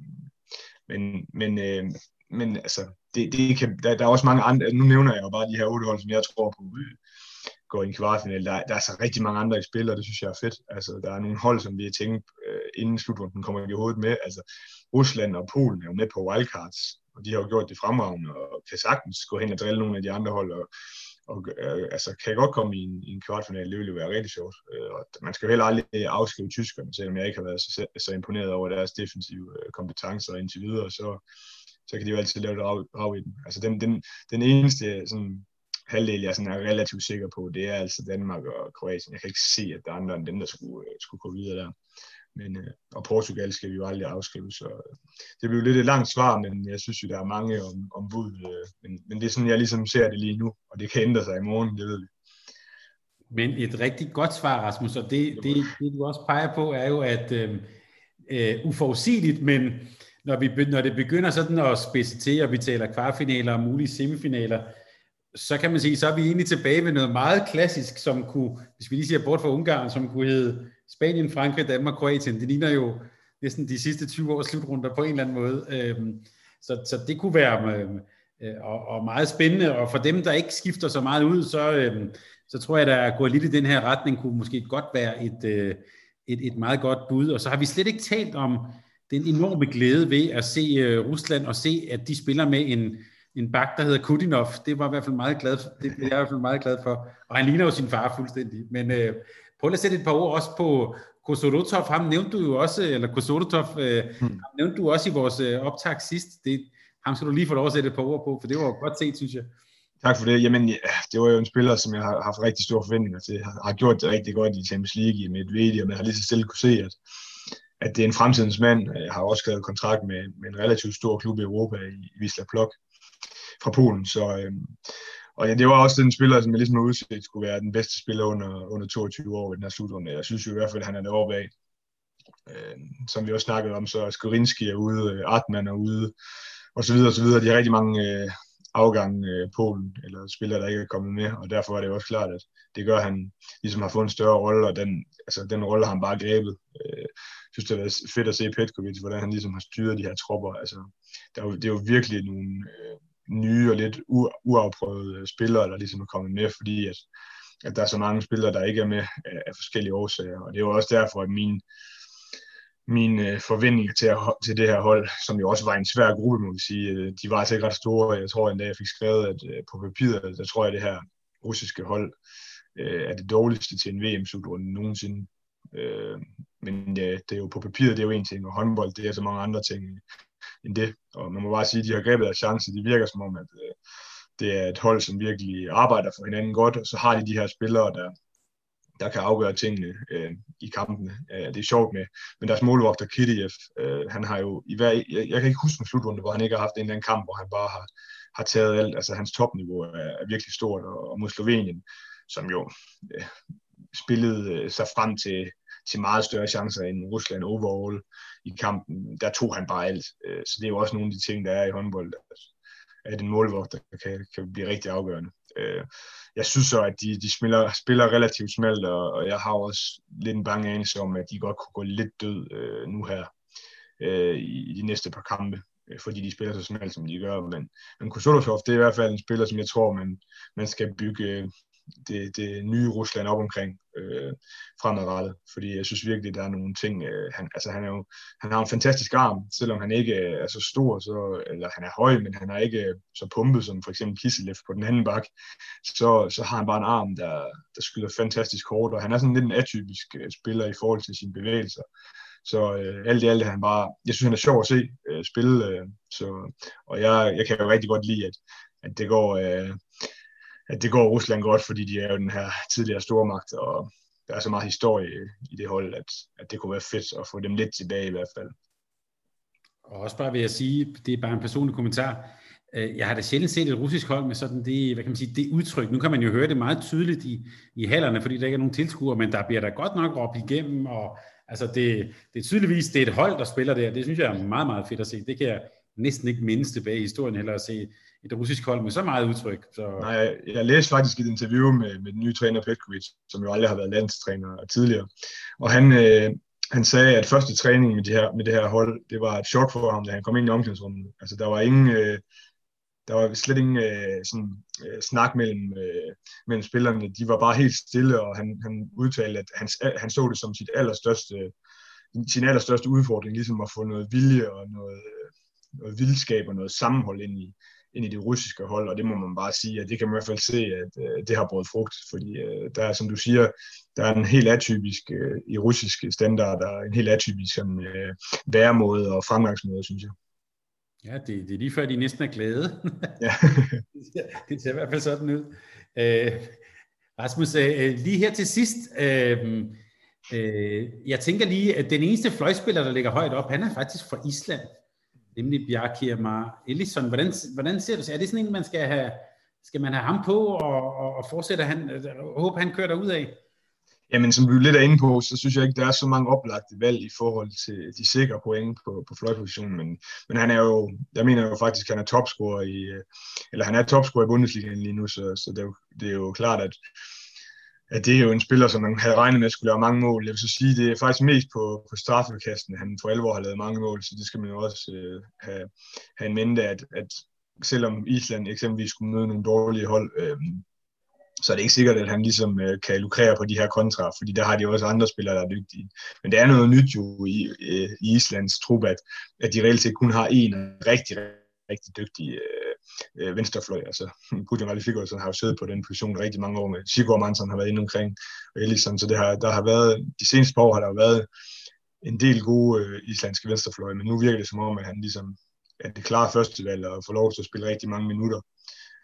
Men altså, der er også mange andre, nu nævner jeg jo bare de her 8 hold, som jeg tror på går i en kvartfinale. Der er så rigtig mange andre i spil, og det synes jeg er fedt. Altså, der er nogle hold, som vi har tænkt, inden slutrunden kommer i hovedet med. Altså, Rusland og Polen er jo med på wildcards, og de har jo gjort det fremragende, og kan sagtens gå hen og drille nogle af de andre hold, og altså, kan godt komme i en kvartfinale. Det ville jo være rigtig sjovt. Og man skal jo heller aldrig afskrive tyskerne, selvom jeg ikke har været så imponeret over deres defensive kompetencer indtil videre, så kan de jo altid lave det rav i den. Altså, den eneste sådan halvdel, jeg sådan er relativt sikker på, det er altså Danmark og Kroatien. Jeg kan ikke se, at der er andre end dem, der skulle gå videre der. Men, og Portugal skal vi jo aldrig afskrive, så det bliver lidt et langt svar, men jeg synes jo, der er mange om bud. Men det er sådan, jeg ligesom ser det lige nu, og det kan ændre sig i morgen, det ved vi. Men et rigtig godt svar, Rasmus, og det du også peger på, er jo, at uforudsigeligt, men når det begynder sådan at spidse til, og vi taler kvartfinaler og mulige semifinaler, så kan man sige, så er vi egentlig tilbage ved noget meget klassisk, som kunne, hvis vi lige siger bort fra Ungarn, som kunne hedde Spanien, Frankrig, Danmark, Kroatien. Det ligner jo næsten de sidste 20 års slutrunder på en eller anden måde. Så det kunne være og meget spændende, og for dem, der ikke skifter så meget ud, så tror jeg, der går lidt i den her retning, kunne måske godt være et meget godt bud. Og så har vi slet ikke talt om den enorme glæde ved at se Rusland og se, at de spiller med en bak, der hedder Kudinov. Det var i hvert fald meget glad for. Det er jeg i hvert fald meget glad for. Og han ligner jo sin far fuldstændig. Men prøv at sætte et par ord også på Kosorotov. Ham nævnte du jo også, eller Kosorotov, nævnte du også i vores optag sidst. Ham skal du lige få lov at sætte et par ord på, for det var jo godt set, synes jeg. Tak for det. Jamen, ja, det var jo en spiller, som jeg har haft rigtig store forventninger til. Har gjort det rigtig godt i Champions League i Medvedev, men har lige så stille kunne se, at det er en fremtidens mand. Jeg har også skrevet kontrakt med en relativt stor klub i Europa, i Wisla Plock fra Polen. Og ja, det var også den spiller, som jeg ligesom har udset skulle være den bedste spiller under 22 år i den her slutrunde. Jeg synes jo i hvert fald, at han er deroppe af. Som vi også snakkede om, så Skurinski er ude, Artman er ude, og så videre, og så videre. De har rigtig mange afgange Polen, eller spillere, der ikke er kommet med, og derfor er det jo også klart, at det gør, at han ligesom har fået en større rolle, og den rolle har han bare grebet. Jeg synes, det er fedt at se Petkovic, hvordan han ligesom har styret de her tropper. Altså, det er jo virkelig nogle nye og lidt uafprøvede spillere, der ligesom er kommet med, fordi at der er så mange spillere, der ikke er med af forskellige årsager, og det er jo også derfor, at mine forventninger til det her hold, som jo også var en svær gruppe, må vi sige, de var altså ikke ret store. Jeg tror endda, jeg fik skrevet, at på papiret, der tror jeg, at det her russiske hold er det dårligste til en VM-slutrunde nogensinde. Men ja, det er jo på papiret, det er jo en ting, og håndbold, det er så mange andre ting end det. Og man må bare sige, at de har grebet af chance. Det virker som om, at det er et hold, som virkelig arbejder for hinanden godt, og så har de her spillere, der kan afgøre tingene i kampene. Det er sjovt men deres målvogter Kitiev, han har jo jeg kan ikke huske en slutrunde, hvor han ikke har haft en eller anden kamp, hvor han bare har taget alt. Altså hans topniveau er virkelig stort, og mod Slovenien, som jo spillede sig frem til meget større chancer end Rusland overall i kampen, der tog han bare alt. Så det er jo også nogle af de ting, der er i håndbold, at en målvogter kan blive rigtig afgørende. Jeg synes så, at de spiller relativt smalt, og jeg har også lidt en bange anelse om, at de godt kunne gå lidt død nu her i de næste par kampe, fordi de spiller så smalt, som de gør. Men Kusolotov, det er i hvert fald en spiller, som jeg tror, man skal bygge det nye Rusland op omkring fremadrettet, fordi jeg synes virkelig, der er nogle ting, han har en fantastisk arm, selvom han ikke er så stor, eller han er høj, men han er ikke så pumpet som for eksempel Kiselev på den anden bak, så har han bare en arm, der skyder fantastisk hårdt, og han er sådan lidt en atypisk spiller i forhold til sine bevægelser. Så alt i alt er han bare, jeg synes han er sjov at se spille, og jeg kan jo rigtig godt lide, at det går at det går Rusland godt, fordi de er jo den her tidligere stormagt, og der er så meget historie i det hold, at det kunne være fedt at få dem lidt tilbage i hvert fald. Og også bare vil jeg sige, det er bare en personlig kommentar, jeg har da sjældent set et russisk hold med sådan det, hvad kan man sige, det udtryk. Nu kan man jo høre det meget tydeligt i hallerne, fordi der ikke er nogen tilskuere, men der bliver der godt nok råbt igennem, og altså det er tydeligvis, det er et hold, der spiller der. Det synes jeg er meget, meget fedt at se. Det kan jeg næsten ikke mindes tilbage i historien heller at se et russisk hold med så meget udtryk. Så... Nej, jeg læste faktisk et interview med den nye træner Petkovic, som jo aldrig har været landstræner tidligere, og han sagde, at første træning med det her hold, det var et chok for ham, da han kom ind i omklædningsrummet. Altså der var slet ingen snak mellem spillerne. De var bare helt stille, og han udtalte, at han så det som sin allerstørste udfordring, ligesom at få noget vilje og noget vildskab og noget sammenhold ind i det russiske hold, og det må man bare sige, at det kan man i hvert fald se, at det har båret frugt, fordi der er, som du siger, der er en helt atypisk i russiske standarder, en helt atypisk væremåde og fremgangsmåde, synes jeg. Ja, det er lige før, de næsten er glade. Ja. Det ser i hvert fald sådan ud. Rasmus, lige her til sidst, jeg tænker lige, at den eneste fløjspiller, der ligger højt op, han er faktisk fra Island, nemlig Bjarki Mar Ellisson. Hvordan ser du sig? Er det sådan en, skal man have ham på og fortsætter han, håber han kører derud af? Jamen, som vi lidt er inde på, så synes jeg ikke, der er så mange oplagte valg i forhold til de sikre point på fløjpositionen, men han er jo, jeg mener jo faktisk, han er topscorer i Bundesligaen lige nu, så det er jo klart, at det er jo en spiller, som man havde regnet med at skulle lave mange mål. Jeg vil så sige, det er faktisk mest på straffekastene, han for alvor har lavet mange mål, så det skal man jo også have en mente, at selvom Island eksempelvis skulle møde nogle dårlige hold, så er det ikke sikkert, at han ligesom kan lukrere på de her kontra, fordi der har de også andre spillere, der er dygtige. Men det er noget nyt jo i Islands trup, at de reelt set kun har en rigtig, rigtig dygtig venstrefløj. Altså, Gudjon Alifigorsson har jo siddet på den position rigtig mange år med. Sigurd Mansson har været inde omkring, og Ellisson, så der har været, de seneste par år har der jo været en del gode islandske venstrefløje, men nu virker det som om, at han ligesom er det klare førstevalg og får lov til at spille rigtig mange minutter.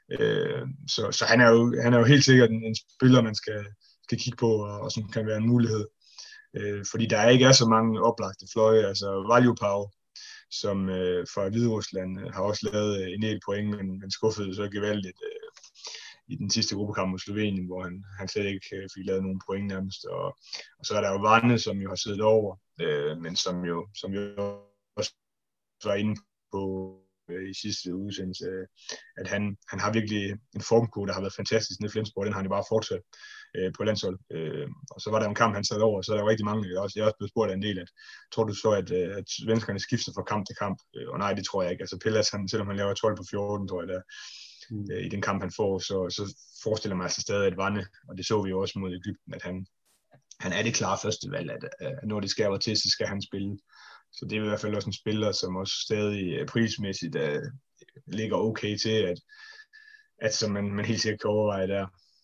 Så han er jo helt sikkert en spiller, man skal kigge på, og som kan være en mulighed. Fordi der ikke er så mange oplagte fløje. Altså Valjupau, som fra Hviderusland har også lavet en del point, men skuffede så gevaldigt i den sidste gruppekamp mod Slovenien, hvor han slet ikke fik lavet nogen point nærmest. Og så er der jo Varne, som jo har siddet over, men som jo også var inde på i sidste udsendelse, at han har virkelig en formkurve, der har været fantastisk nede i Flensborg. Den har han jo bare fortsat på landshold. Og så var der en kamp, han sad over, så er der jo rigtig mange. Jeg er også blevet spurgt af en del, at tror du så, at svenskerne skifter fra kamp til kamp? Og nej, det tror jeg ikke. Altså Pellas, selvom han laver 12 på 14, tror jeg, der i den kamp, han får, så forestiller man altså stadig, at Varne, og det så vi jo også mod Egypten, at han er det klare første valg, at når det skærver til, så skal han spille. Så det er i hvert fald også en spiller, som også stadig prismæssigt ligger okay til, at som man helt sikkert kan overveje der.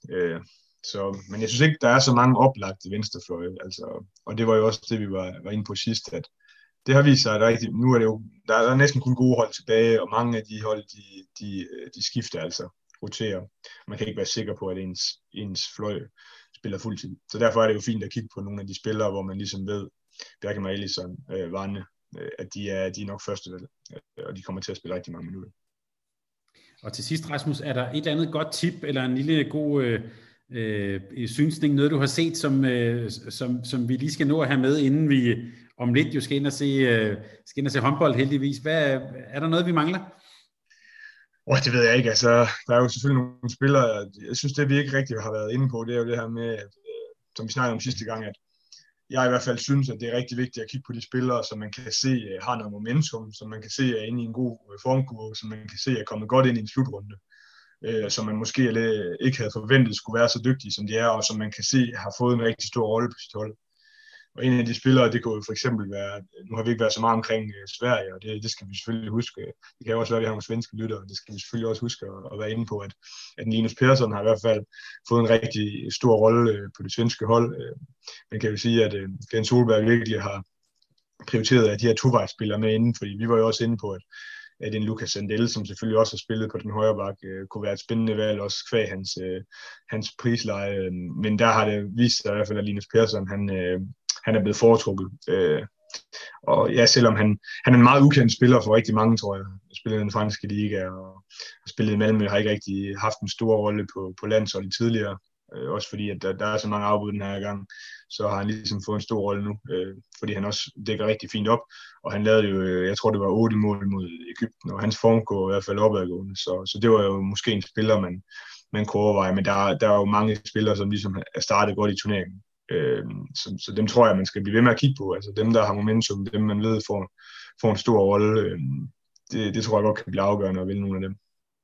Men jeg synes ikke, der er så mange oplagte venstrefløje. Altså, og det var jo også det, vi var inde på sidst, at det har vist sig, at nu er det jo, der er næsten kun gode hold tilbage, og mange af de hold, de skifter altså, roterer. Man kan ikke være sikker på, at ens fløj spiller fuldtid. Så derfor er det jo fint at kigge på nogle af de spillere, hvor man ligesom ved, Bergman, Ellison, Varne, at de er nok førstevalg, og de kommer til at spille rigtig mange minutter. Og til sidst, Rasmus, er der et eller andet godt tip, eller en lille god synsning, noget du har set, som vi lige skal nå at have med, inden vi om lidt jo skal ind og se håndbold heldigvis. Er der noget, vi mangler? Det ved jeg ikke. Altså, der er jo selvfølgelig nogle spillere. Jeg synes, det vi ikke rigtig har været inde på, det er jo det her med, at, som vi snakkede om sidste gang, at jeg i hvert fald synes, at det er rigtig vigtigt at kigge på de spillere, som man kan se har noget momentum, som man kan se er inde i en god formkurve, som man kan se er kommet godt ind i en slutrunde, som man måske ikke havde forventet skulle være så dygtige, som de er, og som man kan se har fået en rigtig stor rolle på sit hold. Og en af de spillere, det kunne for eksempel være, nu har vi ikke været så meget omkring Sverige, og det skal vi selvfølgelig huske. Det kan jo også være, at vi har nogle svenske lyttere, og det skal vi selvfølgelig også huske at være inde på, at Linus Persson har i hvert fald fået en rigtig stor rolle på det svenske hold. Man kan jo sige, at Glenn Solberg virkelig har prioriteret, at de her tovejsspillere med inden, fordi vi var jo også inde på, at en Lucas Sandell, som selvfølgelig også har spillet på den højre bak, kunne være et spændende valg, også kvæg hans prisleje. Men der har det vist sig i hvert fald, at Linus Persson, han er blevet foretrukket. Og ja, selvom han er en meget ukendt spiller for rigtig mange, tror jeg. Spiller i den franske liga og spillet i Malmø, har ikke rigtig haft en stor rolle på landsholdet tidligere. Også fordi, at der er så mange afbud den her gang, så har han ligesom fået en stor rolle nu, fordi han også dækker rigtig fint op, og han lavede jo, jeg tror det var 8 mål mod Egypten, og hans form går i hvert fald opadgående, så det var jo måske en spiller, man kunne overveje, men der er jo mange spillere, som ligesom er startet godt i turneringen, så dem tror jeg, man skal blive ved med at kigge på, altså dem, der har momentum, dem man ved får en stor rolle, det tror jeg godt kan blive afgørende at vinde nogle af dem.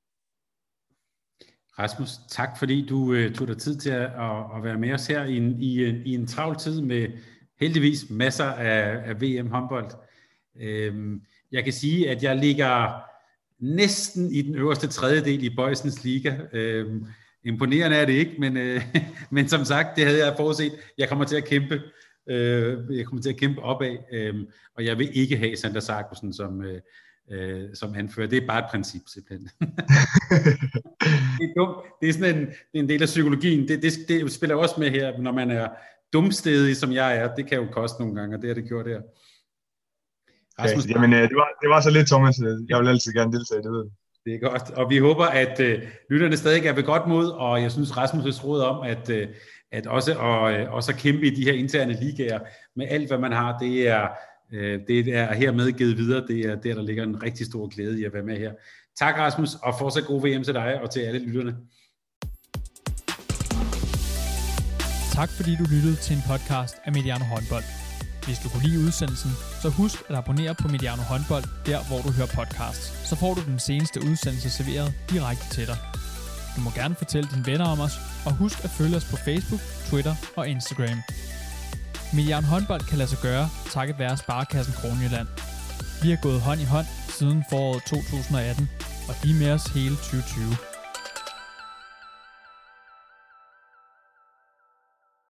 Rasmus, tak fordi du tog dig tid til at være med os her i en travl tid med heldigvis masser af VM-håndbold. Jeg kan sige, at jeg ligger næsten i den øverste tredjedel i Boysens Liga. Imponerende er det ikke, men som sagt, det havde jeg forudset. Jeg kommer til at kæmpe opad, og jeg vil ikke have Sander Sargussen som anfører. Det er bare et princip, simpelthen. Det er dumt. Det er sådan en del af psykologien. Det spiller også med her, når man er dumstedig, som jeg er. Det kan jo koste nogle gange, og det har det gjort her. Rasmus, okay, jamen, det var så lidt, Thomas. Jeg vil altid gerne deltage, det ved du. Det er godt, og vi håber, at lytterne stadig er ved godt mod, og jeg synes, Rasmus' råd om, at også at kæmpe i de her interne ligaer med alt, hvad man har, det er hermed givet videre. Det er der ligger en rigtig stor glæde i at være med her. Tak, Rasmus, og fortsat god VM til dig og til alle lytterne. Tak fordi du lyttede til en podcast af Mediano Håndbold. Hvis du kunne lide udsendelsen, så husk at abonnere på Mediano Håndbold, der hvor du hører podcasts. Så får du den seneste udsendelse serveret direkte til dig. Du må gerne fortælle dine venner om os, og husk at følge os på Facebook, Twitter og Instagram. Mediano Håndbold kan lade sig gøre, takket være Sparekassen Kronjylland. Vi har gået hånd i hånd siden foråret 2018, og de er med os hele 2020.